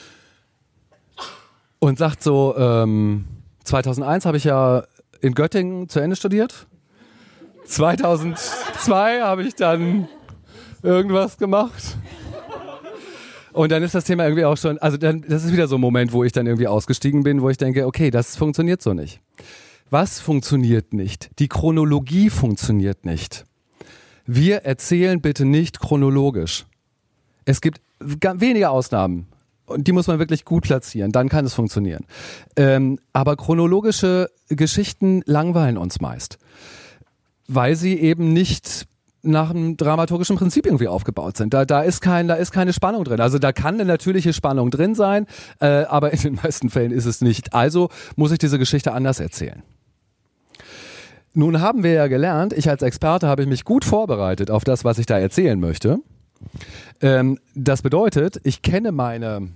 und sagt so, ähm, zweitausendeins habe ich ja in Göttingen zu Ende studiert. zweitausendzwei habe ich dann irgendwas gemacht. Und dann ist das Thema irgendwie auch schon, also dann, das ist wieder so ein Moment, wo ich dann irgendwie ausgestiegen bin, wo ich denke, okay, das funktioniert so nicht. Was funktioniert nicht? Die Chronologie funktioniert nicht. Wir erzählen bitte nicht chronologisch. Es gibt wenige Ausnahmen. Und die muss man wirklich gut platzieren, dann kann es funktionieren. Ähm, aber chronologische Geschichten langweilen uns meist, weil sie eben nicht nach einem dramaturgischen Prinzip irgendwie aufgebaut sind. Da, da, ist kein, da ist keine Spannung drin. Also da kann eine natürliche Spannung drin sein, äh, aber in den meisten Fällen ist es nicht. Also muss ich diese Geschichte anders erzählen. Nun haben wir ja gelernt, ich als Experte habe ich mich gut vorbereitet auf das, was ich da erzählen möchte. Ähm, das bedeutet, ich kenne meine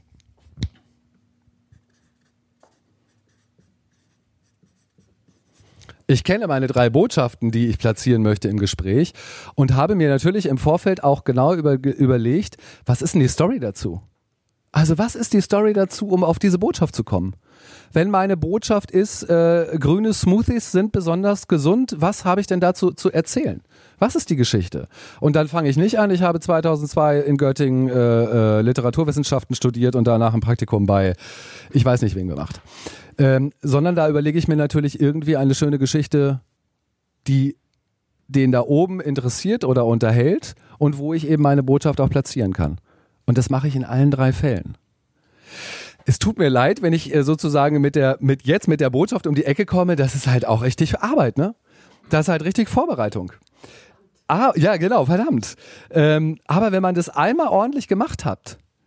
ich kenne meine drei Botschaften, die ich platzieren möchte im Gespräch und habe mir natürlich im Vorfeld auch genau über, überlegt, was ist denn die Story dazu? Also was ist die Story dazu, um auf diese Botschaft zu kommen? Wenn meine Botschaft ist, äh, grüne Smoothies sind besonders gesund, was habe ich denn dazu zu erzählen? Was ist die Geschichte? Und dann fange ich nicht an, ich habe zweitausendzwei in Göttingen äh, äh, Literaturwissenschaften studiert und danach ein Praktikum bei, ich weiß nicht wem gemacht. Ähm, sondern da überlege ich mir natürlich irgendwie eine schöne Geschichte, die den da oben interessiert oder unterhält und wo ich eben meine Botschaft auch platzieren kann. Und das mache ich in allen drei Fällen. Es tut mir leid, wenn ich äh, sozusagen mit der, mit jetzt mit der Botschaft um die Ecke komme, das ist halt auch richtig Arbeit, ne? Das ist halt richtig Vorbereitung. Ah, ja, genau, verdammt. Ähm, aber wenn man das einmal ordentlich gemacht hat,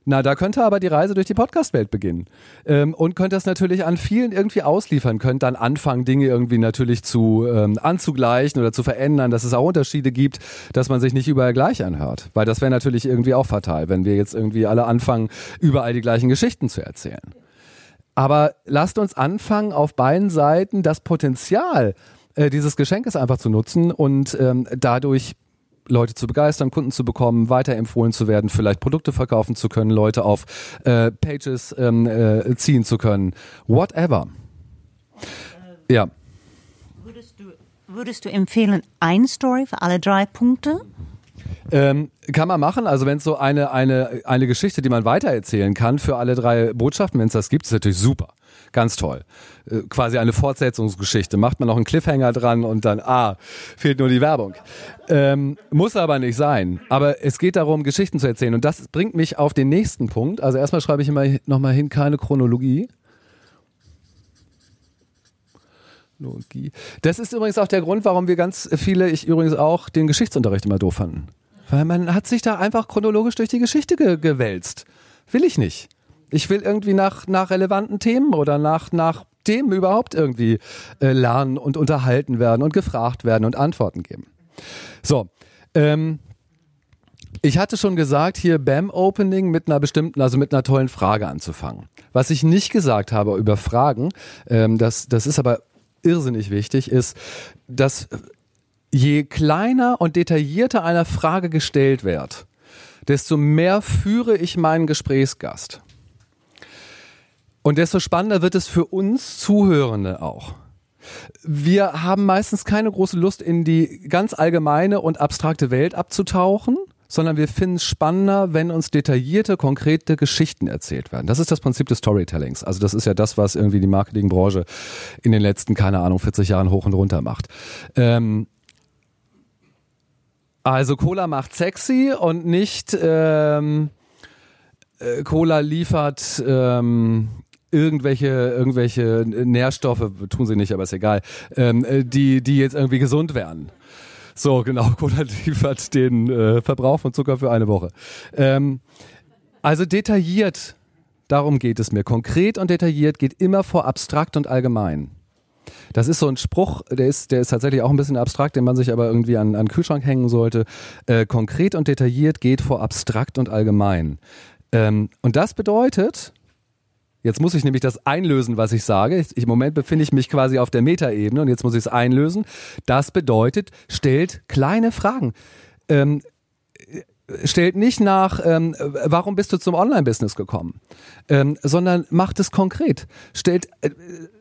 Na, da könnte aber die Reise durch die Podcast-Welt beginnen. Ähm, und könnt das natürlich an vielen irgendwie ausliefern, könnt dann anfangen, Dinge irgendwie natürlich zu ähm, anzugleichen oder zu verändern, dass es auch Unterschiede gibt, dass man sich nicht überall gleich anhört. Weil das wäre natürlich irgendwie auch fatal, wenn wir jetzt irgendwie alle anfangen, überall die gleichen Geschichten zu erzählen. Aber lasst uns anfangen, auf beiden Seiten das Potenzial äh, dieses Geschenkes einfach zu nutzen und ähm, dadurch Leute zu begeistern, Kunden zu bekommen, weiterempfohlen zu werden, vielleicht Produkte verkaufen zu können, Leute auf äh, Pages ähm, äh, ziehen zu können. Whatever. Äh, ja. Würdest du, würdest du empfehlen, eine Story für alle drei Punkte? Ähm, kann man machen, also wenn es so eine, eine, eine Geschichte, die man weitererzählen kann für alle drei Botschaften, wenn es das gibt, ist natürlich super. Ganz toll. Äh, quasi eine Fortsetzungsgeschichte. Macht man noch einen Cliffhanger dran und dann, ah, fehlt nur die Werbung. Ähm, muss aber nicht sein. Aber es geht darum, Geschichten zu erzählen. Und das bringt mich auf den nächsten Punkt. Also erstmal schreibe ich immer nochmal hin, keine Chronologie. Das ist übrigens auch der Grund, warum wir ganz viele, ich übrigens auch, den Geschichtsunterricht immer doof fanden. Weil man hat sich da einfach chronologisch durch die Geschichte ge- gewälzt. Will ich nicht. Ich will irgendwie nach, nach relevanten Themen oder nach, nach Themen überhaupt irgendwie äh, lernen und unterhalten werden und gefragt werden und Antworten geben. So, ähm, ich hatte schon gesagt, hier Bam Opening mit einer bestimmten, also mit einer tollen Frage anzufangen. Was ich nicht gesagt habe über Fragen, ähm, das, das ist aber irrsinnig wichtig, ist, dass je kleiner und detaillierter eine Frage gestellt wird, desto mehr führe ich meinen Gesprächsgast. Und desto spannender wird es für uns Zuhörende auch. Wir haben meistens keine große Lust, in die ganz allgemeine und abstrakte Welt abzutauchen, sondern wir finden es spannender, wenn uns detaillierte, konkrete Geschichten erzählt werden. Das ist das Prinzip des Storytellings. Also das ist ja das, was irgendwie die Marketingbranche in den letzten, keine Ahnung, vierzig Jahren hoch und runter macht. Ähm, also Cola macht sexy und nicht ähm, äh, Cola liefert ähm, irgendwelche irgendwelche Nährstoffe, tun sie nicht, aber ist egal, ähm, die die jetzt irgendwie gesund wären. So, genau, Cola liefert den äh, Verbrauch von Zucker für eine Woche. Ähm, also detailliert, darum geht es mir. Konkret und detailliert geht immer vor abstrakt und allgemein. Das ist so ein Spruch, der ist, der ist tatsächlich auch ein bisschen abstrakt, den man sich aber irgendwie an, an den Kühlschrank hängen sollte. Äh, konkret und detailliert geht vor abstrakt und allgemein. Ähm, und das bedeutet, jetzt muss ich nämlich das einlösen, was ich sage. Ich, Im Moment befinde ich mich quasi auf der Metaebene und jetzt muss ich es einlösen. Das bedeutet, stellt kleine Fragen. Ähm, stellt nicht nach, ähm, warum bist du zum Online-Business gekommen, ähm, sondern macht es konkret. Stellt, äh,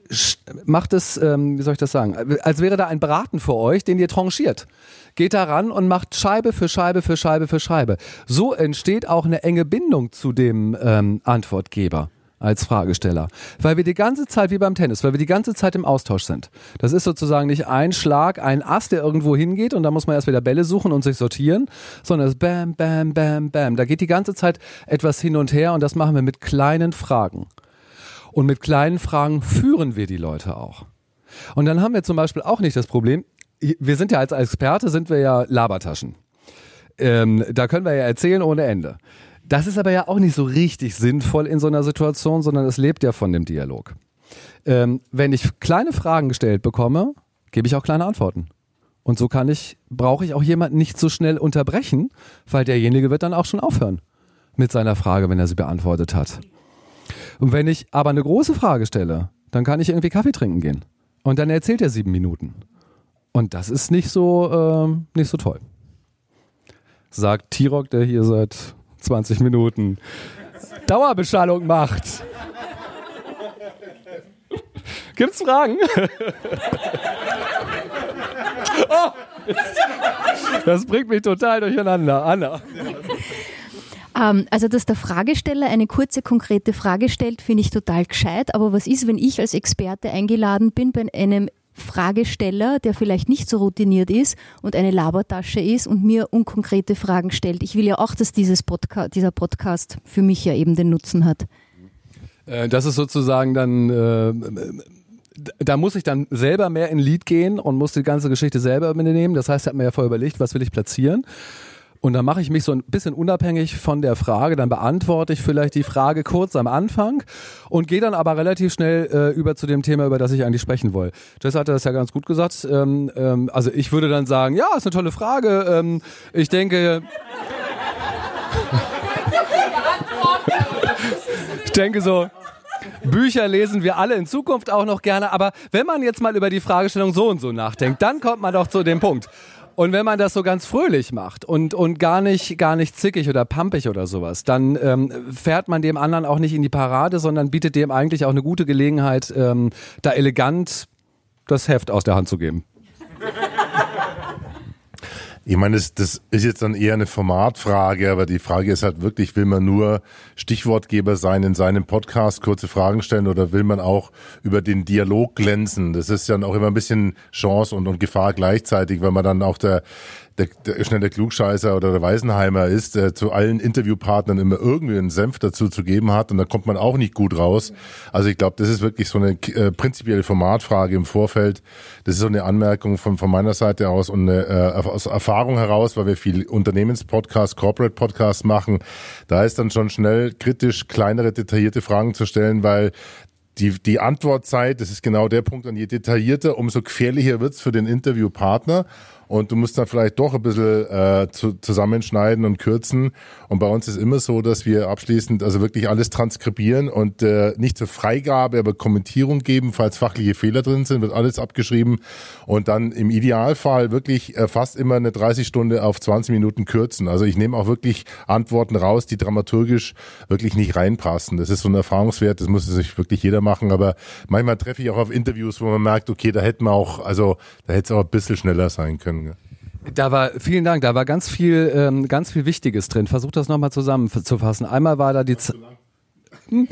macht es, ähm, wie soll ich das sagen, als wäre da ein Braten für euch, den ihr tranchiert. Geht da ran und macht Scheibe für Scheibe für Scheibe für Scheibe. So entsteht auch eine enge Bindung zu dem ähm, Antwortgeber als Fragesteller. Weil wir die ganze Zeit, wie beim Tennis, weil wir die ganze Zeit im Austausch sind. Das ist sozusagen nicht ein Schlag, ein Ass, der irgendwo hingeht und da muss man erst wieder Bälle suchen und sich sortieren, sondern es ist bam, bam, bam, bam. Da geht die ganze Zeit etwas hin und her und das machen wir mit kleinen Fragen. Und mit kleinen Fragen führen wir die Leute auch. Und dann haben wir zum Beispiel auch nicht das Problem, wir sind ja als Experte, sind wir ja Labertaschen. Ähm, da können wir ja erzählen ohne Ende. Das ist aber ja auch nicht so richtig sinnvoll in so einer Situation, sondern es lebt ja von dem Dialog. Ähm, wenn ich kleine Fragen gestellt bekomme, gebe ich auch kleine Antworten. Und so kann ich, brauche ich auch jemanden nicht so schnell unterbrechen, weil derjenige wird dann auch schon aufhören mit seiner Frage, wenn er sie beantwortet hat. Und wenn ich aber eine große Frage stelle, dann kann ich irgendwie Kaffee trinken gehen. Und dann erzählt er sieben Minuten. Und das ist nicht so, ähm, nicht so toll. Sagt T-Rock, der hier seit zwanzig Minuten Dauerbeschallung macht. Gibt's Fragen? Oh, das bringt mich total durcheinander. Anna. Also, dass der Fragesteller eine kurze, konkrete Frage stellt, finde ich total gescheit. Aber was ist, wenn ich als Experte eingeladen bin bei einem Fragesteller, der vielleicht nicht so routiniert ist und eine Labertasche ist und mir unkonkrete Fragen stellt? Ich will ja auch, dass dieses Podca- dieser Podcast für mich ja eben den Nutzen hat. Das ist sozusagen dann, äh, da muss ich dann selber mehr in Lead gehen und muss die ganze Geschichte selber übernehmen. Das heißt, ich habe mir ja vorher überlegt, was will ich platzieren. Und dann mache ich mich so ein bisschen unabhängig von der Frage, dann beantworte ich vielleicht die Frage kurz am Anfang und gehe dann aber relativ schnell äh, über zu dem Thema, über das ich eigentlich sprechen will. Jess hatte das ja ganz gut gesagt. Ähm, ähm, also ich würde dann sagen, ja, ist eine tolle Frage. Ähm, ich denke... ich denke so... Bücher lesen wir alle in Zukunft auch noch gerne, aber wenn man jetzt mal über die Fragestellung so und so nachdenkt, dann kommt man doch zu dem Punkt. Und wenn man das so ganz fröhlich macht und und gar nicht gar nicht zickig oder pampig oder sowas, dann ähm, fährt man dem anderen auch nicht in die Parade, sondern bietet dem eigentlich auch eine gute Gelegenheit, ähm, da elegant das Heft aus der Hand zu geben. Ich meine, das, das ist jetzt dann eher eine Formatfrage, aber die Frage ist halt wirklich, will man nur Stichwortgeber sein in seinem Podcast, kurze Fragen stellen, oder will man auch über den Dialog glänzen? Das ist dann auch immer ein bisschen Chance und, und Gefahr gleichzeitig, weil man dann auch der Der, der schnell der Klugscheißer oder der Weisenheimer ist, der zu allen Interviewpartnern immer irgendwie einen Senf dazu zu geben hat, und da kommt man auch nicht gut raus. Also ich glaube, das ist wirklich so eine äh, prinzipielle Formatfrage im Vorfeld. Das ist so eine Anmerkung von, von meiner Seite aus und eine, äh, aus Erfahrung heraus, weil wir viel Unternehmenspodcasts, Corporate-Podcasts machen. Da ist dann schon schnell kritisch, kleinere, detaillierte Fragen zu stellen, weil Die, die Antwortzeit, das ist genau der Punkt, und je detaillierter, umso gefährlicher wird's für den Interviewpartner. Und du musst dann vielleicht doch ein bisschen äh, zu, zusammenschneiden und kürzen. Und bei uns ist immer so, dass wir abschließend also wirklich alles transkribieren und äh, nicht zur Freigabe, aber Kommentierung geben, falls fachliche Fehler drin sind, wird alles abgeschrieben. Und dann im Idealfall wirklich äh, fast immer eine dreißig Stunde auf zwanzig Minuten kürzen. Also ich nehme auch wirklich Antworten raus, die dramaturgisch wirklich nicht reinpassen. Das ist so ein Erfahrungswert, das muss sich wirklich jeder machen. Aber manchmal treffe ich auch auf Interviews, wo man merkt, okay, da hätten wir auch, also da hätte es auch ein bisschen schneller sein können. Da war, vielen Dank, da war ganz viel, ähm, ganz viel Wichtiges drin. Versuch das nochmal zusammenzufassen. Einmal war da die... Z- hm?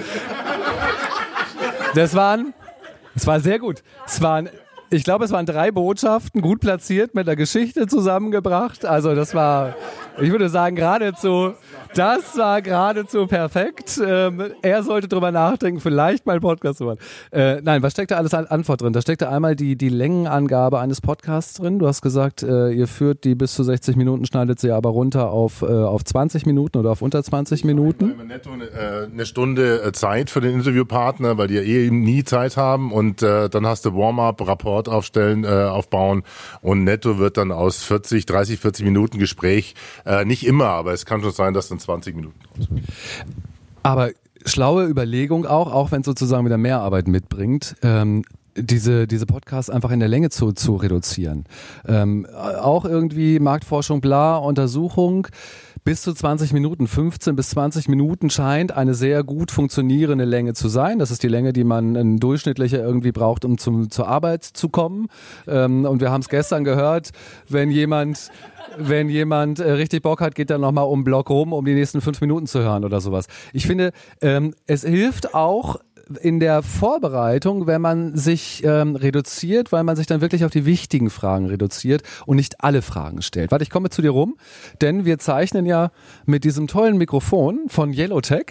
Das waren, es war sehr gut. Es waren, ich glaube, es waren drei Botschaften, gut platziert, mit der Geschichte zusammengebracht. Also das war, ich würde sagen, geradezu, das war geradezu perfekt. Ähm, er sollte drüber nachdenken, vielleicht mal einen Podcast zu machen. Äh, nein, was steckt da alles an Antwort drin? Da steckt da einmal die, die Längenangabe eines Podcasts drin. Du hast gesagt, äh, ihr führt die bis zu sechzig Minuten, schneidet sie aber runter auf, äh, auf zwanzig Minuten oder auf unter zwanzig Minuten. Wir haben netto eine, äh, eine Stunde Zeit für den Interviewpartner, weil die ja eh nie Zeit haben, und äh, dann hast du Warm-up, Rapport aufstellen, äh, aufbauen, und netto wird dann aus vierzig, dreißig, vierzig Minuten Gespräch, äh, nicht immer, aber es kann schon sein, dass dann zwanzig Minuten raus. Aber schlaue Überlegung auch, auch wenn es sozusagen wieder mehr Arbeit mitbringt, ähm, diese diese Podcasts einfach in der Länge zu zu reduzieren. Ähm, auch irgendwie Marktforschung, bla, Untersuchung, bis zu zwanzig Minuten, fünfzehn bis zwanzig Minuten scheint eine sehr gut funktionierende Länge zu sein. Das ist die Länge, die man ein durchschnittlicher irgendwie braucht, um zum zur Arbeit zu kommen. Ähm, und wir haben es gestern gehört, wenn jemand Wenn jemand äh, richtig Bock hat, geht dann nochmal um den Block rum, um die nächsten fünf Minuten zu hören oder sowas. Ich finde, ähm, es hilft auch in der Vorbereitung, wenn man sich ähm, reduziert, weil man sich dann wirklich auf die wichtigen Fragen reduziert und nicht alle Fragen stellt. Warte, ich komme zu dir rum, denn wir zeichnen ja mit diesem tollen Mikrofon von Yellowtech.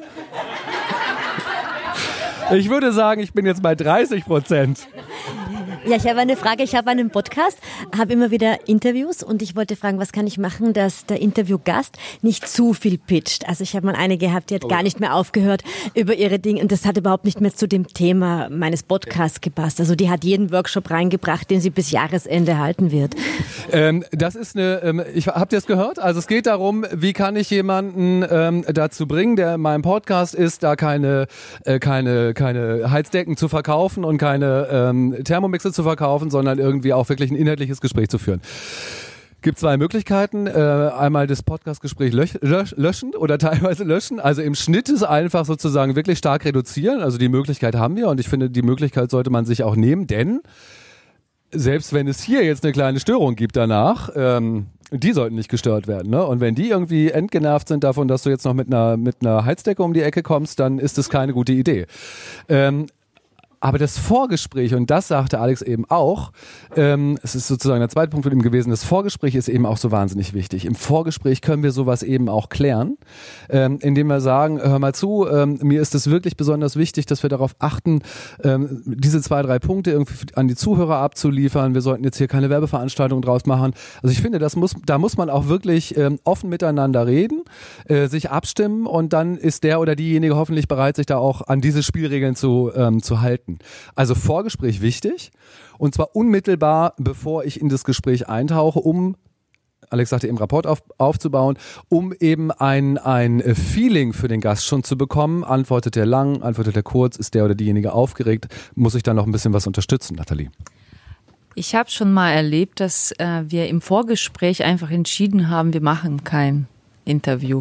Ich würde sagen, ich bin jetzt bei dreißig Prozent. Ja, ich habe eine Frage. Ich habe einen Podcast, habe immer wieder Interviews, und ich wollte fragen, was kann ich machen, dass der Interviewgast nicht zu viel pitcht. Also ich habe mal eine gehabt, die hat gar nicht mehr aufgehört über ihre Dinge, und das hat überhaupt nicht mehr zu dem Thema meines Podcasts gepasst. Also die hat jeden Workshop reingebracht, den sie bis Jahresende halten wird. Ähm, das ist eine, ähm, ich habt ihr es gehört? Also es geht darum, wie kann ich jemanden ähm, dazu bringen, der in meinem Podcast ist, da keine, äh, keine, keine Heizdecken zu verkaufen und keine ähm, Thermomixe zu verkaufen, sondern irgendwie auch wirklich ein inhaltliches Gespräch zu führen. Gibt zwei Möglichkeiten. Äh, einmal das Podcastgespräch lösch, lösch, löschen oder teilweise löschen. Also im Schnitt ist einfach sozusagen wirklich stark reduzieren. Also die Möglichkeit haben wir, und ich finde, die Möglichkeit sollte man sich auch nehmen, denn selbst wenn es hier jetzt eine kleine Störung gibt danach, ähm, die sollten nicht gestört werden, ne? Und wenn die irgendwie entgenervt sind davon, dass du jetzt noch mit einer mit einer Heizdecke um die Ecke kommst, dann ist das keine gute Idee. Ähm, Aber das Vorgespräch, und das sagte Alex eben auch, ähm, es ist sozusagen der zweite Punkt von ihm gewesen, das Vorgespräch ist eben auch so wahnsinnig wichtig. Im Vorgespräch können wir sowas eben auch klären, ähm, indem wir sagen, hör mal zu, ähm, mir ist es wirklich besonders wichtig, dass wir darauf achten, ähm, diese zwei, drei Punkte irgendwie an die Zuhörer abzuliefern. Wir sollten jetzt hier keine Werbeveranstaltung draus machen. Also ich finde, das muss, da muss man auch wirklich ähm, offen miteinander reden, äh, sich abstimmen und dann ist der oder diejenige hoffentlich bereit, sich da auch an diese Spielregeln zu, ähm, zu halten. Also Vorgespräch wichtig und zwar unmittelbar, bevor ich in das Gespräch eintauche, um, Alex sagte eben, Rapport auf, aufzubauen, um eben ein, ein Feeling für den Gast schon zu bekommen. Antwortet er lang, antwortet er kurz, ist der oder diejenige aufgeregt, muss ich da noch ein bisschen was unterstützen, Nathalie? Ich habe schon mal erlebt, dass äh, wir im Vorgespräch einfach entschieden haben, wir machen kein Interview.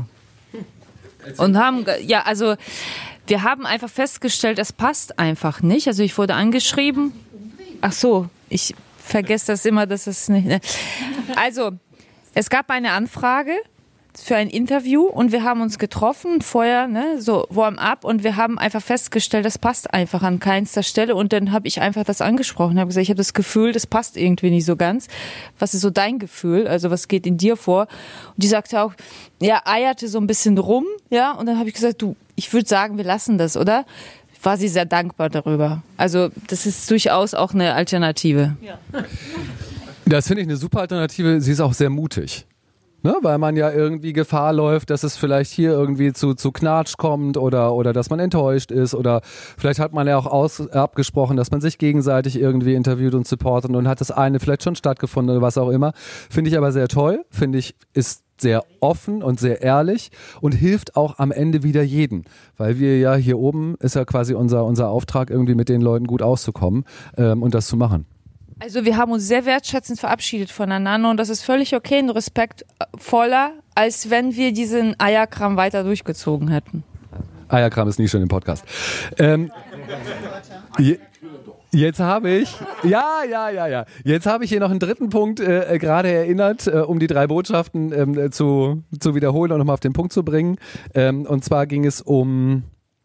Und haben, ja, also wir haben einfach festgestellt, es passt einfach nicht. Also ich wurde angeschrieben. Ach so, ich vergesse das immer, dass es nicht. Ne? Also es gab eine Anfrage für ein Interview und wir haben uns getroffen vorher, ne, so Warm-up und wir haben einfach festgestellt, das passt einfach an keinster Stelle und dann habe ich einfach das angesprochen, habe gesagt, ich habe das Gefühl, das passt irgendwie nicht so ganz. Was ist so dein Gefühl? Also was geht in dir vor? Und die sagte auch, ja, eierte so ein bisschen rum, ja, und dann habe ich gesagt, du, ich würde sagen, wir lassen das, oder? War sie sehr dankbar darüber. Also das ist durchaus auch eine Alternative. Ja. Das finde ich eine super Alternative. Sie ist auch sehr mutig. Ne, weil man ja irgendwie Gefahr läuft, dass es vielleicht hier irgendwie zu, zu Knatsch kommt oder, oder dass man enttäuscht ist oder vielleicht hat man ja auch aus, abgesprochen, dass man sich gegenseitig irgendwie interviewt und supportet und hat das eine vielleicht schon stattgefunden oder was auch immer. Finde ich aber sehr toll, finde ich, ist sehr offen und sehr ehrlich und hilft auch am Ende wieder jedem, weil wir ja hier oben ist ja quasi unser, unser Auftrag, irgendwie mit den Leuten gut auszukommen ähm, und das zu machen. Also wir haben uns sehr wertschätzend verabschiedet voneinander und das ist völlig okay und respektvoller, als wenn wir diesen Eierkram weiter durchgezogen hätten. Eierkram ist nie schon im Podcast. Ähm, je, jetzt habe ich, ja, ja, ja, ja, jetzt habe ich hier noch einen dritten Punkt äh, gerade erinnert, äh, um die drei Botschaften ähm, zu, zu wiederholen und nochmal auf den Punkt zu bringen. Ähm, und zwar ging es um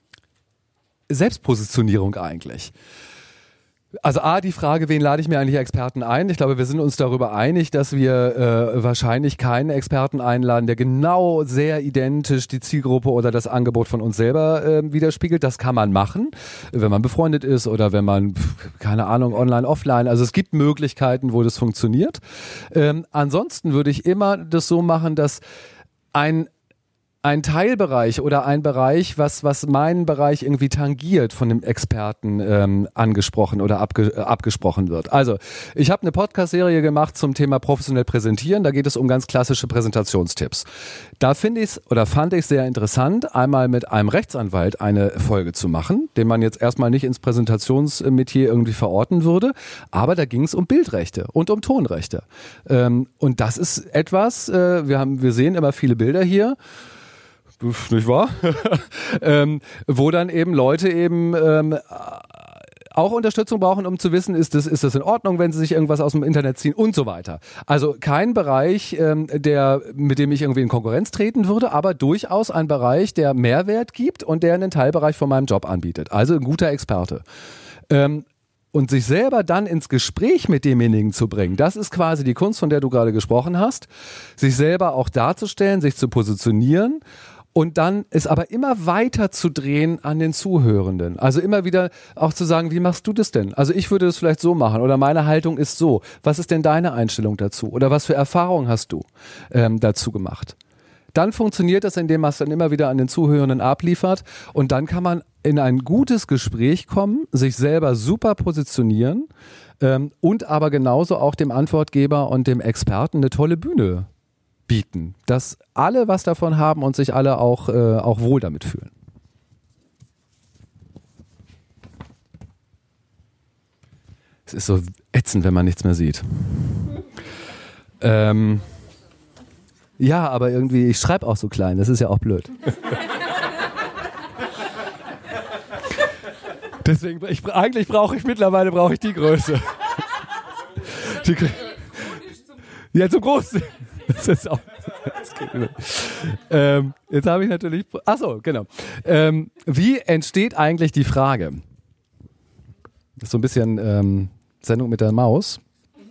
Selbstpositionierung eigentlich. Also A, die Frage, wen lade ich mir eigentlich Experten ein? Ich glaube, wir sind uns darüber einig, dass wir äh, wahrscheinlich keinen Experten einladen, der genau sehr identisch die Zielgruppe oder das Angebot von uns selber äh, widerspiegelt. Das kann man machen, wenn man befreundet ist oder wenn man, keine Ahnung, online, offline. Also es gibt Möglichkeiten, wo das funktioniert. Ähm, ansonsten würde ich immer das so machen, dass ein ein Teilbereich oder ein Bereich, was was meinen Bereich irgendwie tangiert, von dem Experten ähm, angesprochen oder abge, äh, abgesprochen wird. Also ich habe eine Podcast-Serie gemacht zum Thema professionell präsentieren. Da geht es um ganz klassische Präsentationstipps. Da finde ich es oder fand ich es sehr interessant, einmal mit einem Rechtsanwalt eine Folge zu machen, den man jetzt erstmal nicht ins Präsentationsmetier irgendwie verorten würde, aber da ging es um Bildrechte und um Tonrechte. Ähm, und das ist etwas, äh, wir haben, wir sehen immer viele Bilder hier, nicht wahr? ähm, wo dann eben Leute eben ähm, auch Unterstützung brauchen, um zu wissen, ist das, ist das in Ordnung, wenn sie sich irgendwas aus dem Internet ziehen und so weiter. Also kein Bereich, ähm, der, mit dem ich irgendwie in Konkurrenz treten würde, aber durchaus ein Bereich, der Mehrwert gibt und der einen Teilbereich von meinem Job anbietet. Also ein guter Experte. Ähm, Und sich selber dann ins Gespräch mit demjenigen zu bringen, das ist quasi die Kunst, von der du gerade gesprochen hast. Sich selber auch darzustellen, sich zu positionieren und dann es aber immer weiter zu drehen an den Zuhörenden. Also immer wieder auch zu sagen, wie machst du das denn? Also ich würde das vielleicht so machen oder meine Haltung ist so. Was ist denn deine Einstellung dazu? Oder was für Erfahrungen hast du ähm, dazu gemacht? Dann funktioniert das, indem man es dann immer wieder an den Zuhörenden abliefert und dann kann man in ein gutes Gespräch kommen, sich selber super positionieren ähm, und aber genauso auch dem Antwortgeber und dem Experten eine tolle Bühne bieten, dass alle was davon haben und sich alle auch, äh, auch wohl damit fühlen. Es ist so ätzend, wenn man nichts mehr sieht. Ähm... Ja, aber irgendwie, ich schreibe auch so klein, das ist ja auch blöd. Deswegen, ich, eigentlich brauche ich mittlerweile brauche ich die Größe. Die, ja, zum Großen. Das ist auch. Das geht nicht. Ähm, jetzt habe ich natürlich. Achso, genau. Ähm, wie entsteht eigentlich die Frage? Das ist so ein bisschen ähm, Sendung mit der Maus.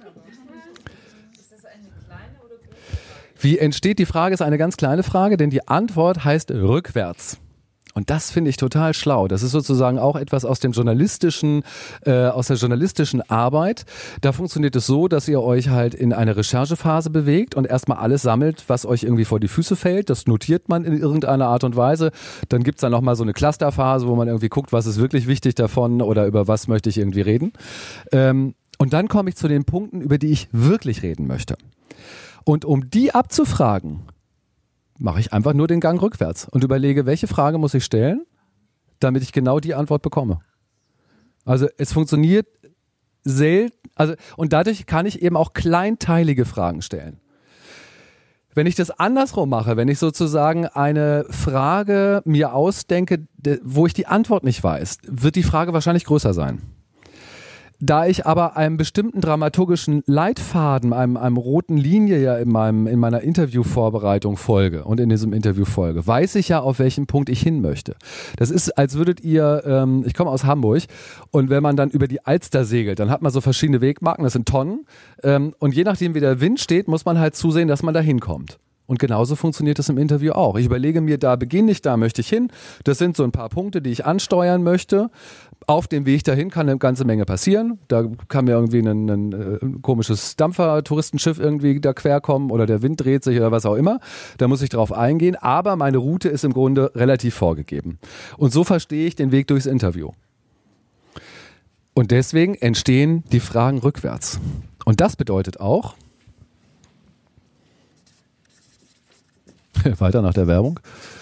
Wie entsteht die Frage, ist eine ganz kleine Frage, denn die Antwort heißt rückwärts. Und das finde ich total schlau. Das ist sozusagen auch etwas aus dem journalistischen, äh, aus der journalistischen Arbeit. Da funktioniert es so, dass ihr euch halt in eine Recherchephase bewegt und erstmal alles sammelt, was euch irgendwie vor die Füße fällt. Das notiert man in irgendeiner Art und Weise. Dann gibt's dann nochmal so eine Clusterphase, wo man irgendwie guckt, was ist wirklich wichtig davon oder über was möchte ich irgendwie reden. Ähm, und dann komme ich zu den Punkten, über die ich wirklich reden möchte. Und um die abzufragen, mache ich einfach nur den Gang rückwärts und überlege, welche Frage muss ich stellen, damit ich genau die Antwort bekomme. Also es funktioniert selten, also und dadurch kann ich eben auch kleinteilige Fragen stellen. Wenn ich das andersrum mache, wenn ich sozusagen eine Frage mir ausdenke, wo ich die Antwort nicht weiß, wird die Frage wahrscheinlich größer sein. Da ich aber einem bestimmten dramaturgischen Leitfaden, einem, einem roten Linie ja in, meinem, in meiner Interviewvorbereitung folge und in diesem Interview folge, weiß ich ja, auf welchen Punkt ich hin möchte. Das ist, als würdet ihr, ähm, ich komme aus Hamburg, und wenn man dann über die Alster segelt, dann hat man so verschiedene Wegmarken, das sind Tonnen, ähm, und je nachdem, wie der Wind steht, muss man halt zusehen, dass man da hinkommt. Und genauso funktioniert das im Interview auch. Ich überlege mir, da beginne ich, da möchte ich hin. Das sind so ein paar Punkte, die ich ansteuern möchte. Auf dem Weg dahin kann eine ganze Menge passieren. Da kann mir irgendwie ein, ein, ein komisches Dampfer-Touristenschiff irgendwie da quer kommen oder der Wind dreht sich oder was auch immer. Da muss ich drauf eingehen. Aber meine Route ist im Grunde relativ vorgegeben. Und so verstehe ich den Weg durchs Interview. Und deswegen entstehen die Fragen rückwärts. Und das bedeutet auch, weiter nach der Werbung.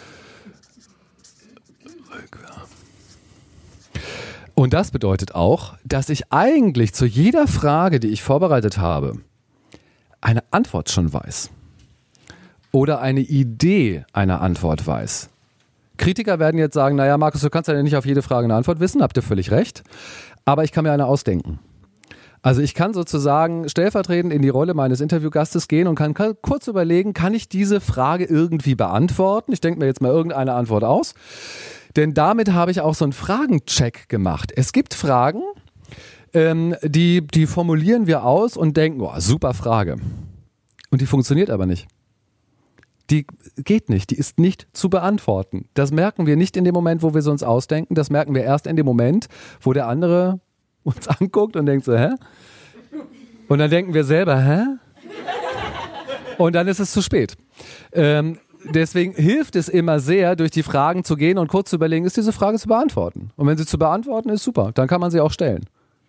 Und das bedeutet auch, dass ich eigentlich zu jeder Frage, die ich vorbereitet habe, eine Antwort schon weiß. Oder eine Idee einer Antwort weiß. Kritiker werden jetzt sagen, naja, Markus, du kannst ja nicht auf jede Frage eine Antwort wissen, habt ihr völlig recht. Aber ich kann mir eine ausdenken. Also ich kann sozusagen stellvertretend in die Rolle meines Interviewgastes gehen und kann kurz überlegen, kann ich diese Frage irgendwie beantworten? Ich denke mir jetzt mal irgendeine Antwort aus. Denn damit habe ich auch so einen Fragencheck gemacht. Es gibt Fragen, ähm, die, die formulieren wir aus und denken, oh, super Frage. Und die funktioniert aber nicht. Die geht nicht, die ist nicht zu beantworten. Das merken wir nicht in dem Moment, wo wir sie uns ausdenken. Das merken wir erst in dem Moment, wo der andere uns anguckt und denkt so, hä? Und dann denken wir selber, hä? Und dann ist es zu spät. Ähm, deswegen hilft es immer sehr, durch die Fragen zu gehen und kurz zu überlegen, ist diese Frage zu beantworten? Und wenn sie zu beantworten ist, super, dann kann man sie auch stellen.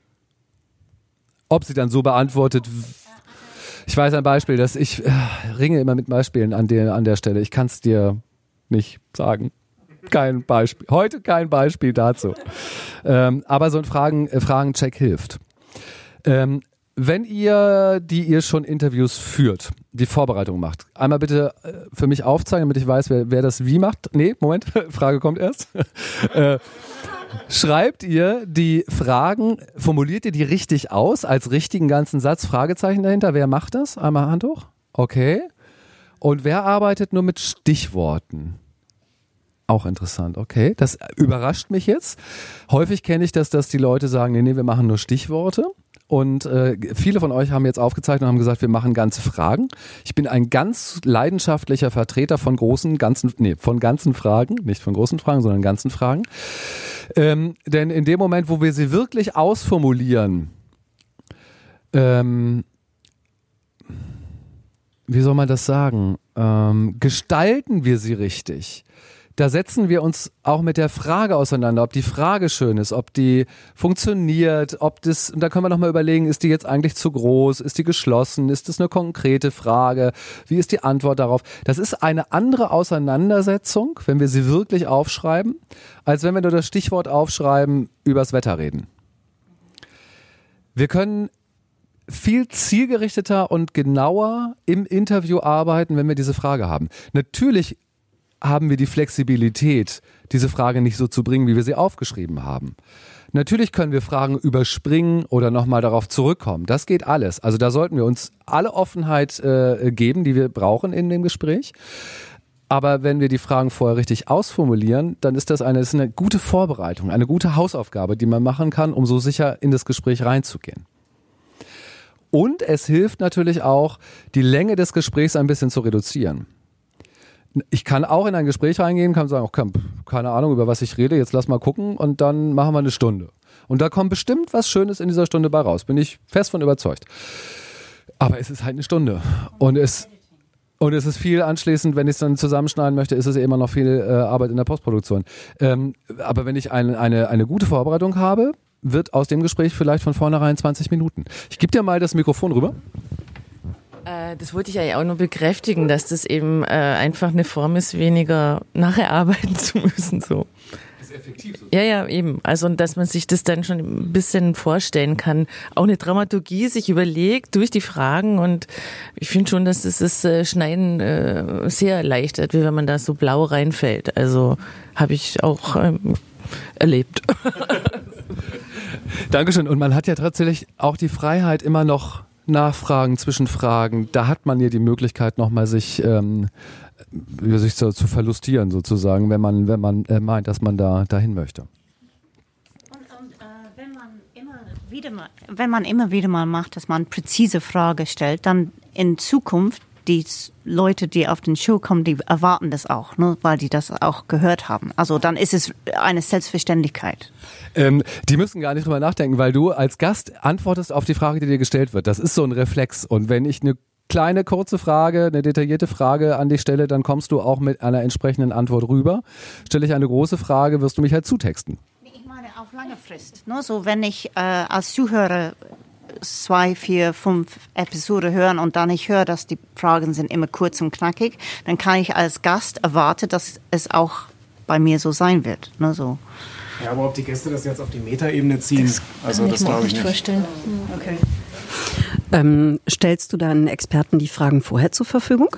Ob sie dann so beantwortet, ich weiß ein Beispiel, dass ich äh, ringe immer mit Beispielen an der, an der Stelle. Ich kann es dir nicht sagen. Kein Beispiel. Heute kein Beispiel dazu. Ähm, aber so ein Fragen, äh, Fragencheck hilft. Ähm, wenn ihr, die ihr schon Interviews führt, die Vorbereitung macht, einmal bitte äh, für mich aufzeigen, damit ich weiß, wer, wer das wie macht. Nee, Moment, Frage kommt erst. äh, schreibt ihr die Fragen, formuliert ihr die richtig aus, als richtigen ganzen Satz, Fragezeichen dahinter? Wer macht das? Einmal Hand hoch. Okay. Und wer arbeitet nur mit Stichworten? Auch interessant, okay. Das überrascht mich jetzt. Häufig kenne ich das, dass die Leute sagen, nee, nee, wir machen nur Stichworte. Und äh, viele von euch haben jetzt aufgezeichnet und haben gesagt, wir machen ganze Fragen. Ich bin ein ganz leidenschaftlicher Vertreter von großen, ganzen, nee, von ganzen Fragen, nicht von großen Fragen, sondern ganzen Fragen. Ähm, denn in dem Moment, wo wir sie wirklich ausformulieren, ähm, wie soll man das sagen, ähm, gestalten wir sie richtig. Da setzen wir uns auch mit der Frage auseinander, ob die Frage schön ist, ob die funktioniert, ob das, und da können wir nochmal überlegen, ist die jetzt eigentlich zu groß, ist die geschlossen, ist das eine konkrete Frage, wie ist die Antwort darauf? Das ist eine andere Auseinandersetzung, wenn wir sie wirklich aufschreiben, als wenn wir nur das Stichwort aufschreiben, übers Wetter reden. Wir können viel zielgerichteter und genauer im Interview arbeiten, wenn wir diese Frage haben. Natürlich haben wir die Flexibilität, diese Frage nicht so zu bringen, wie wir sie aufgeschrieben haben. Natürlich können wir Fragen überspringen oder nochmal darauf zurückkommen. Das geht alles. Also da sollten wir uns alle Offenheit äh, geben, die wir brauchen in dem Gespräch. Aber wenn wir die Fragen vorher richtig ausformulieren, dann ist das eine, das ist eine gute Vorbereitung, eine gute Hausaufgabe, die man machen kann, um so sicher in das Gespräch reinzugehen. Und es hilft natürlich auch, die Länge des Gesprächs ein bisschen zu reduzieren. Ich kann auch in ein Gespräch reingehen, kann sagen, okay, keine Ahnung, über was ich rede, jetzt lass mal gucken und dann machen wir eine Stunde. Und da kommt bestimmt was Schönes in dieser Stunde bei raus, bin ich fest von überzeugt. Aber es ist halt eine Stunde und es Und es ist viel anschließend, wenn ich es dann zusammenschneiden möchte, ist es immer noch viel äh, Arbeit in der Postproduktion. Ähm, aber wenn ich ein, eine, eine gute Vorbereitung habe, wird aus dem Gespräch vielleicht von vornherein zwanzig Minuten. Ich gebe dir mal das Mikrofon rüber. Äh, das wollte ich eigentlich auch nur bekräftigen, dass das eben äh, einfach eine Form ist, weniger nachher arbeiten zu müssen. So. Das ist effektiv. So. Ja, ja, eben. Also, dass man sich das dann schon ein bisschen vorstellen kann. Auch eine Dramaturgie sich überlegt durch die Fragen und ich finde schon, dass das das äh, Schneiden äh, sehr erleichtert, wie wenn man da so blau reinfällt. Also, habe ich auch ähm, erlebt. Dankeschön. Und man hat ja tatsächlich auch die Freiheit, immer noch Nachfragen, Zwischenfragen. Da hat man ja die Möglichkeit, nochmal sich, ähm, sich zu, zu verlustieren sozusagen, wenn man, wenn man äh, meint, dass man da dahin möchte. Und, und äh, wenn man immer wieder mal, wenn man immer wieder mal macht, dass man präzise Fragen stellt, dann in Zukunft die Leute, die auf den Show kommen, die erwarten das auch, ne, weil die das auch gehört haben. Also dann ist es eine Selbstverständlichkeit. Ähm, die müssen gar nicht drüber nachdenken, weil du als Gast antwortest auf die Frage, die dir gestellt wird. Das ist so ein Reflex. Und wenn ich eine kleine, kurze Frage, eine detaillierte Frage an dich stelle, dann kommst du auch mit einer entsprechenden Antwort rüber. Stelle ich eine große Frage, wirst du mich halt zutexten. Ich meine auf lange Frist. Ne? So wenn ich äh, als Zuhörer zwei, vier, fünf Episoden hören und dann ich höre, dass die Fragen sind immer kurz und knackig, dann kann ich als Gast erwarten, dass es auch bei mir so sein wird. Ne, so. Ja, aber ob die Gäste das jetzt auf die Metaebene ziehen, das also kann das ich mir glaube auch ich nicht nicht. vorstellen. Okay. Ähm, stellst du deinen Experten die Fragen vorher zur Verfügung?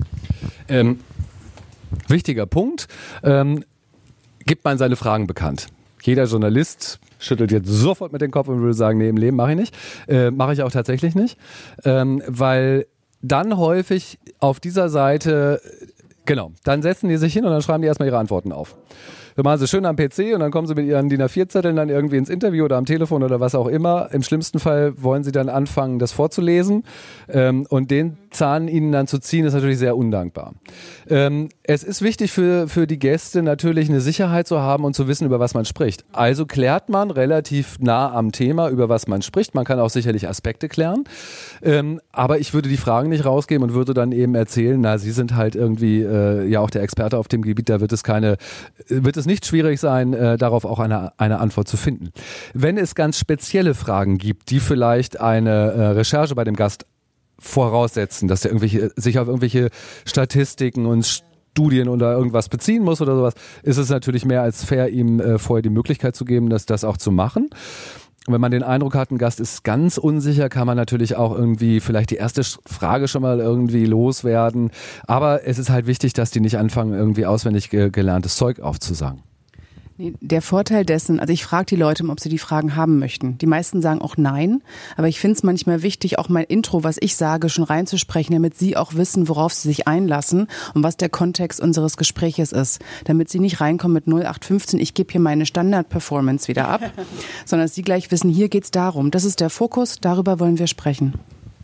Ähm, wichtiger Punkt. Ähm, gibt man seine Fragen bekannt. Jeder Journalist schüttelt jetzt sofort mit dem Kopf und würde sagen, nee, im Leben mache ich nicht. Äh, mache ich auch tatsächlich nicht. Ähm, weil dann häufig auf dieser Seite, genau, dann setzen die sich hin und dann schreiben die erstmal ihre Antworten auf. Wir machen sie schön am P C und dann kommen sie mit ihren D I N A vier Zetteln dann irgendwie ins Interview oder am Telefon oder was auch immer. Im schlimmsten Fall wollen sie dann anfangen, das vorzulesen. Ähm, und den Zahn ihnen dann zu ziehen, ist natürlich sehr undankbar. Ähm, es ist wichtig für, für die Gäste natürlich eine Sicherheit zu haben und zu wissen, über was man spricht. Also klärt man relativ nah am Thema, über was man spricht. Man kann auch sicherlich Aspekte klären. Ähm, aber ich würde die Fragen nicht rausgeben und würde dann eben erzählen, na, Sie sind halt irgendwie äh, ja auch der Experte auf dem Gebiet, da wird es keine, wird es nicht schwierig sein, äh, darauf auch eine, eine Antwort zu finden. Wenn es ganz spezielle Fragen gibt, die vielleicht eine äh, Recherche bei dem Gast voraussetzen, dass der irgendwelche, sich auf irgendwelche Statistiken und Studien oder irgendwas beziehen muss oder sowas, ist es natürlich mehr als fair, ihm äh, vorher die Möglichkeit zu geben, das, das auch zu machen. Und wenn man den Eindruck hat, ein Gast ist ganz unsicher, kann man natürlich auch irgendwie vielleicht die erste Frage schon mal irgendwie loswerden. Aber es ist halt wichtig, dass die nicht anfangen, irgendwie auswendig ge- gelerntes Zeug aufzusagen. Nee, der Vorteil dessen, also ich frage die Leute, ob sie die Fragen haben möchten. Die meisten sagen auch nein, aber ich finde es manchmal wichtig, auch mein Intro, was ich sage, schon reinzusprechen, damit sie auch wissen, worauf sie sich einlassen und was der Kontext unseres Gespräches ist. Damit sie nicht reinkommen mit null acht fünfzehn, ich gebe hier meine Standard-Performance wieder ab, sondern dass sie gleich wissen, hier geht's darum. Das ist der Fokus, darüber wollen wir sprechen.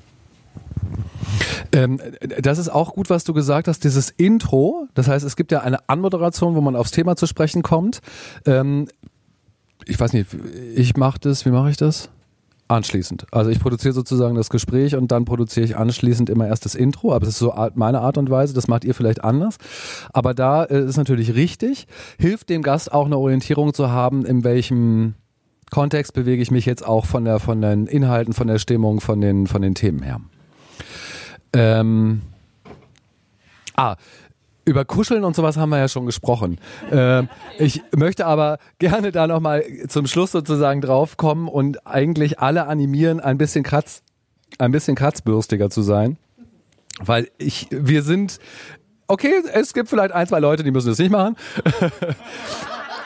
Ähm, das ist auch gut, was du gesagt hast, dieses Intro. Das heißt, es gibt ja eine Anmoderation, wo man aufs Thema zu sprechen kommt. Ähm, ich weiß nicht, ich mache das, wie mache ich das? Anschließend. Also ich produziere sozusagen das Gespräch und dann produziere ich anschließend immer erst das Intro. Aber das ist so meine Art und Weise, das macht ihr vielleicht anders. Aber da äh, ist natürlich richtig, hilft dem Gast auch eine Orientierung zu haben, in welchem Kontext bewege ich mich jetzt auch von der, von den Inhalten, von der Stimmung, von den, von den Themen her. Ähm, ah, über Kuscheln und sowas haben wir ja schon gesprochen. Ähm, ich möchte aber gerne da nochmal zum Schluss sozusagen draufkommen und eigentlich alle animieren, ein bisschen kratz, ein bisschen kratzbürstiger zu sein. Weil ich, wir sind, okay, es gibt vielleicht ein, zwei Leute, die müssen das nicht machen.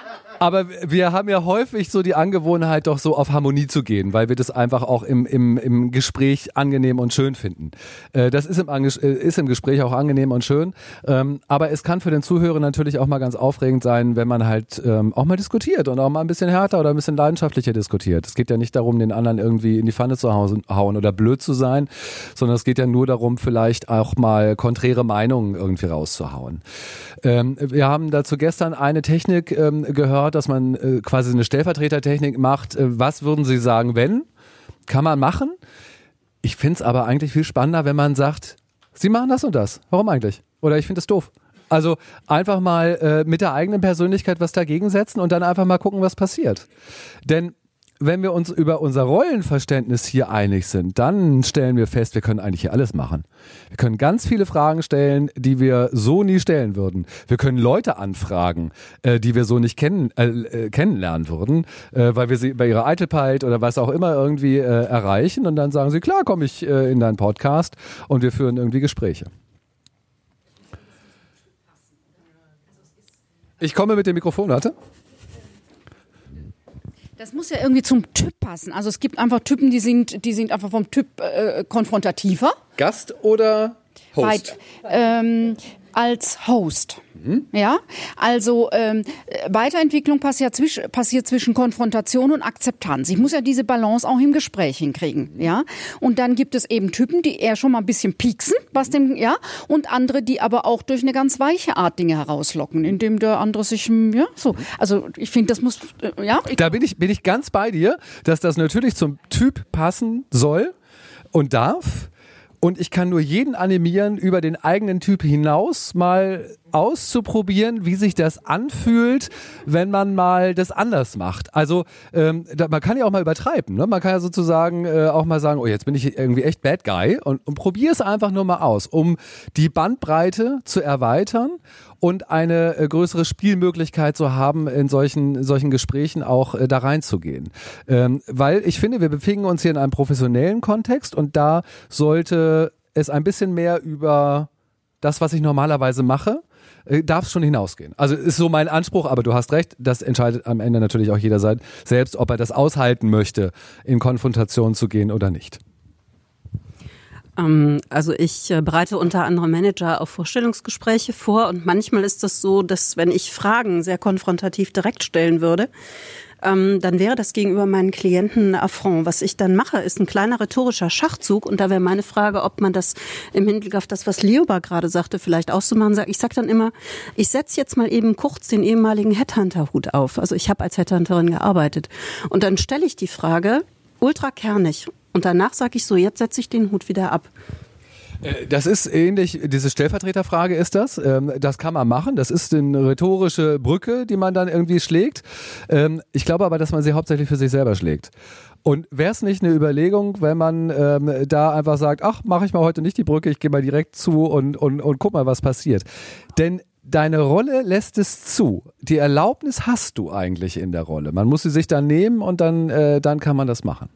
Aber wir haben ja häufig so die Angewohnheit, doch so auf Harmonie zu gehen, weil wir das einfach auch im, im, im Gespräch angenehm und schön finden. Äh, das ist im, Ange- ist im Gespräch auch angenehm und schön. Ähm, aber es kann für den Zuhörer natürlich auch mal ganz aufregend sein, wenn man halt ähm, auch mal diskutiert und auch mal ein bisschen härter oder ein bisschen leidenschaftlicher diskutiert. Es geht ja nicht darum, den anderen irgendwie in die Pfanne zu hauen oder blöd zu sein, sondern es geht ja nur darum, vielleicht auch mal konträre Meinungen irgendwie rauszuhauen. Ähm, wir haben dazu gestern eine Technik ähm, gehört, dass man äh, quasi eine Stellvertretertechnik macht. Äh, was würden Sie sagen, wenn? Kann man machen. Ich finde es aber eigentlich viel spannender, wenn man sagt, Sie machen das und das. Warum eigentlich? Oder ich finde es doof. Also einfach mal äh, mit der eigenen Persönlichkeit was dagegen setzen und dann einfach mal gucken, was passiert. Denn wenn wir uns über unser Rollenverständnis hier einig sind, dann stellen wir fest, wir können eigentlich hier alles machen. Wir können ganz viele Fragen stellen, die wir so nie stellen würden. Wir können Leute anfragen, äh, die wir so nicht kennen, äh, kennenlernen würden, äh, weil wir sie bei ihrer Eitelkeit oder was auch immer irgendwie äh, erreichen und dann sagen sie, klar, komme ich äh, in deinen Podcast und wir führen irgendwie Gespräche. Ich komme mit dem Mikrofon, warte. Das muss ja irgendwie zum Typ passen. Also es gibt einfach Typen, die sind, die sind einfach vom Typ äh, konfrontativer. Gast oder Host? Bei, ähm, als Host. Mhm. Ja, also ähm, Weiterentwicklung passiert, zwisch, passiert zwischen Konfrontation und Akzeptanz. Ich muss ja diese Balance auch im Gespräch hinkriegen. Ja, und dann gibt es eben Typen, die eher schon mal ein bisschen pieksen, was dem, ja, und andere, die aber auch durch eine ganz weiche Art Dinge herauslocken, indem der andere sich, ja, so. Also ich finde, das muss, äh, ja. Da bin ich, bin ich ganz bei dir, dass das natürlich zum Typ passen soll und darf. Und ich kann nur jeden animieren, über den eigenen Typ hinaus mal auszuprobieren, wie sich das anfühlt, wenn man mal das anders macht. Also ähm, da, man kann ja auch mal übertreiben. Ne? Man kann ja sozusagen äh, auch mal sagen, oh, jetzt bin ich irgendwie echt Bad Guy und, und probier es einfach nur mal aus, um die Bandbreite zu erweitern und eine äh, größere Spielmöglichkeit zu haben, in solchen, solchen Gesprächen auch äh, da reinzugehen. Ähm, weil ich finde, wir befinden uns hier in einem professionellen Kontext und da sollte es ein bisschen mehr über das, was ich normalerweise mache, äh, darf es schon hinausgehen. Also ist so mein Anspruch, aber du hast recht, das entscheidet am Ende natürlich auch jeder selbst, ob er das aushalten möchte, in Konfrontation zu gehen oder nicht. Also ich bereite unter anderem Manager auf Vorstellungsgespräche vor und manchmal ist das so, dass wenn ich Fragen sehr konfrontativ direkt stellen würde, ähm, dann wäre das gegenüber meinen Klienten ein Affront. Was ich dann mache, ist ein kleiner rhetorischer Schachzug und da wäre meine Frage, ob man das im Hinblick auf das, was Leoba gerade sagte, vielleicht auszumachen sagt. Ich sage dann immer, ich setze jetzt mal eben kurz den ehemaligen Headhunter-Hut auf. Also ich habe als Headhunterin gearbeitet und dann stelle ich die Frage, ultra kernig. Und danach sage ich so, jetzt setze ich den Hut wieder ab. Das ist ähnlich, diese Stellvertreterfrage ist das. Das kann man machen. Das ist eine rhetorische Brücke, die man dann irgendwie schlägt. Ich glaube aber, dass man sie hauptsächlich für sich selber schlägt. Und wäre es nicht eine Überlegung, wenn man ähm, da einfach sagt, ach, mache ich mal heute nicht die Brücke, ich gehe mal direkt zu und, und, und guck mal, was passiert. Denn deine Rolle lässt es zu. Die Erlaubnis hast du eigentlich in der Rolle. Man muss sie sich dann nehmen und dann, äh, dann kann man das machen.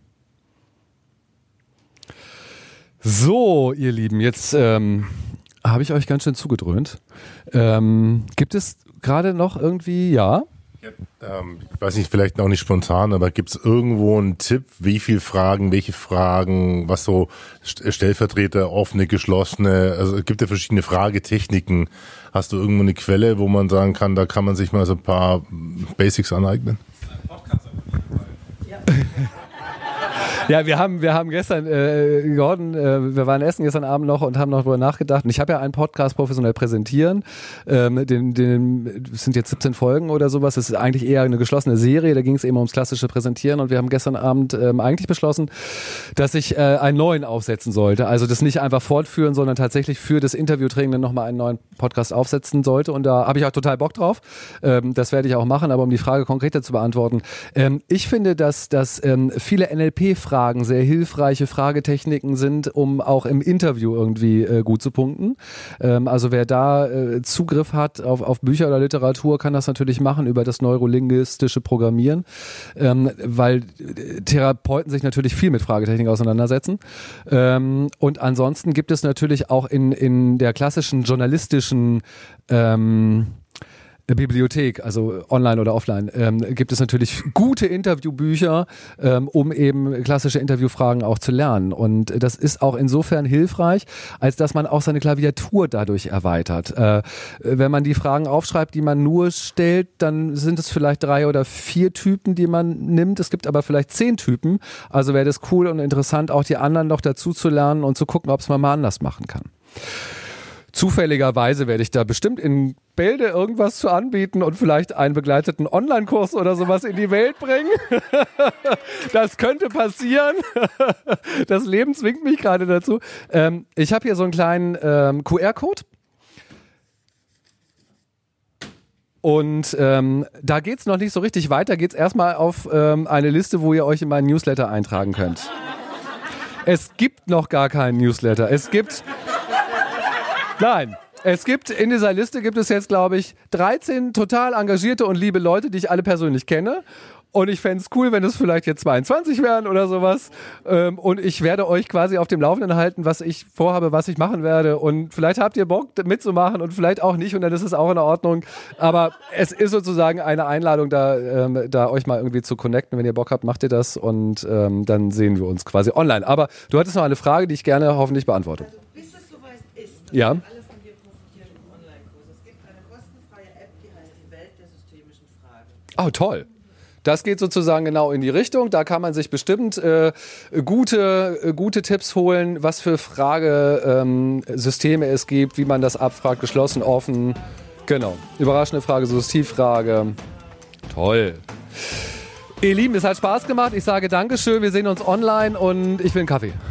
So, ihr Lieben, jetzt ähm, habe ich euch ganz schön zugedröhnt. Ähm, gibt es gerade noch irgendwie, ja? ja ähm, ich weiß nicht, vielleicht noch nicht spontan, aber gibt es irgendwo einen Tipp, wie viele Fragen, welche Fragen, was so Stellvertreter, offene, geschlossene, also es gibt ja verschiedene Fragetechniken. Hast du irgendwo eine Quelle, wo man sagen kann, da kann man sich mal so ein paar Basics aneignen? Ja. Ja, wir haben wir haben gestern, äh, Gordon, äh, wir waren essen gestern Abend noch und haben noch darüber nachgedacht. Und ich habe ja einen Podcast professionell präsentieren. Ähm, den, den das sind jetzt siebzehn Folgen oder sowas. Das ist eigentlich eher eine geschlossene Serie. Da ging es eben ums klassische Präsentieren. Und wir haben gestern Abend ähm, eigentlich beschlossen, dass ich äh, einen neuen aufsetzen sollte. Also das nicht einfach fortführen, sondern tatsächlich für das Interviewtraining dann nochmal einen neuen Podcast aufsetzen sollte. Und da habe ich auch total Bock drauf. Ähm, das werde ich auch machen. Aber um die Frage konkreter zu beantworten, ähm, ich finde, dass, dass ähm, viele N L P-Fragen sehr hilfreiche Fragetechniken sind, um auch im Interview irgendwie äh, gut zu punkten. Ähm, also wer da äh, Zugriff hat auf, auf Bücher oder Literatur, kann das natürlich machen über das neurolinguistische Programmieren, ähm, weil Therapeuten sich natürlich viel mit Fragetechnik auseinandersetzen. Ähm, und ansonsten gibt es natürlich auch in, in der klassischen journalistischen ähm, Bibliothek, also online oder offline, ähm, gibt es natürlich gute Interviewbücher, ähm, um eben klassische Interviewfragen auch zu lernen. Und das ist auch insofern hilfreich, als dass man auch seine Klaviatur dadurch erweitert. Äh, wenn man die Fragen aufschreibt, die man nur stellt, dann sind es vielleicht drei oder vier Typen, die man nimmt. Es gibt aber vielleicht zehn Typen. Also wäre das cool und interessant, auch die anderen noch dazu zu lernen und zu gucken, ob es man mal anders machen kann. Zufälligerweise werde ich da bestimmt in Bälde irgendwas zu anbieten und vielleicht einen begleiteten Online-Kurs oder sowas in die Welt bringen. Das könnte passieren. Das Leben zwingt mich gerade dazu. Ähm, ich habe hier so einen kleinen ähm, Q R-Code. Und ähm, da geht's noch nicht so richtig weiter. Geht's erstmal auf ähm, eine Liste, wo ihr euch in meinen Newsletter eintragen könnt. Es gibt noch gar keinen Newsletter. Es gibt... Nein, es gibt in dieser Liste gibt es jetzt, glaube ich, dreizehn total engagierte und liebe Leute, die ich alle persönlich kenne. Und ich fände es cool, wenn es vielleicht jetzt zweiundzwanzig wären oder sowas. Und ich werde euch quasi auf dem Laufenden halten, was ich vorhabe, was ich machen werde. Und vielleicht habt ihr Bock mitzumachen und vielleicht auch nicht. Und dann ist es auch in Ordnung. Aber es ist sozusagen eine Einladung, da, ähm, da euch mal irgendwie zu connecten. Wenn ihr Bock habt, macht ihr das. Und ähm, dann sehen wir uns quasi online. Aber du hattest noch eine Frage, die ich gerne hoffentlich beantworte. Also, bis es soweit ist, ja. Alle von dir profitieren im Online-Kurs. Es gibt eine kostenfreie App, die heißt die Welt der systemischen Fragen. Oh, toll. Das geht sozusagen genau in die Richtung. Da kann man sich bestimmt äh, gute, äh, gute Tipps holen, was für Fragesysteme ähm, es gibt, wie man das abfragt, geschlossen, offen. Genau. Überraschende Frage, Suggestivfrage. Toll. Ihr Lieben, es hat Spaß gemacht. Ich sage Dankeschön. Wir sehen uns online und ich will einen Kaffee.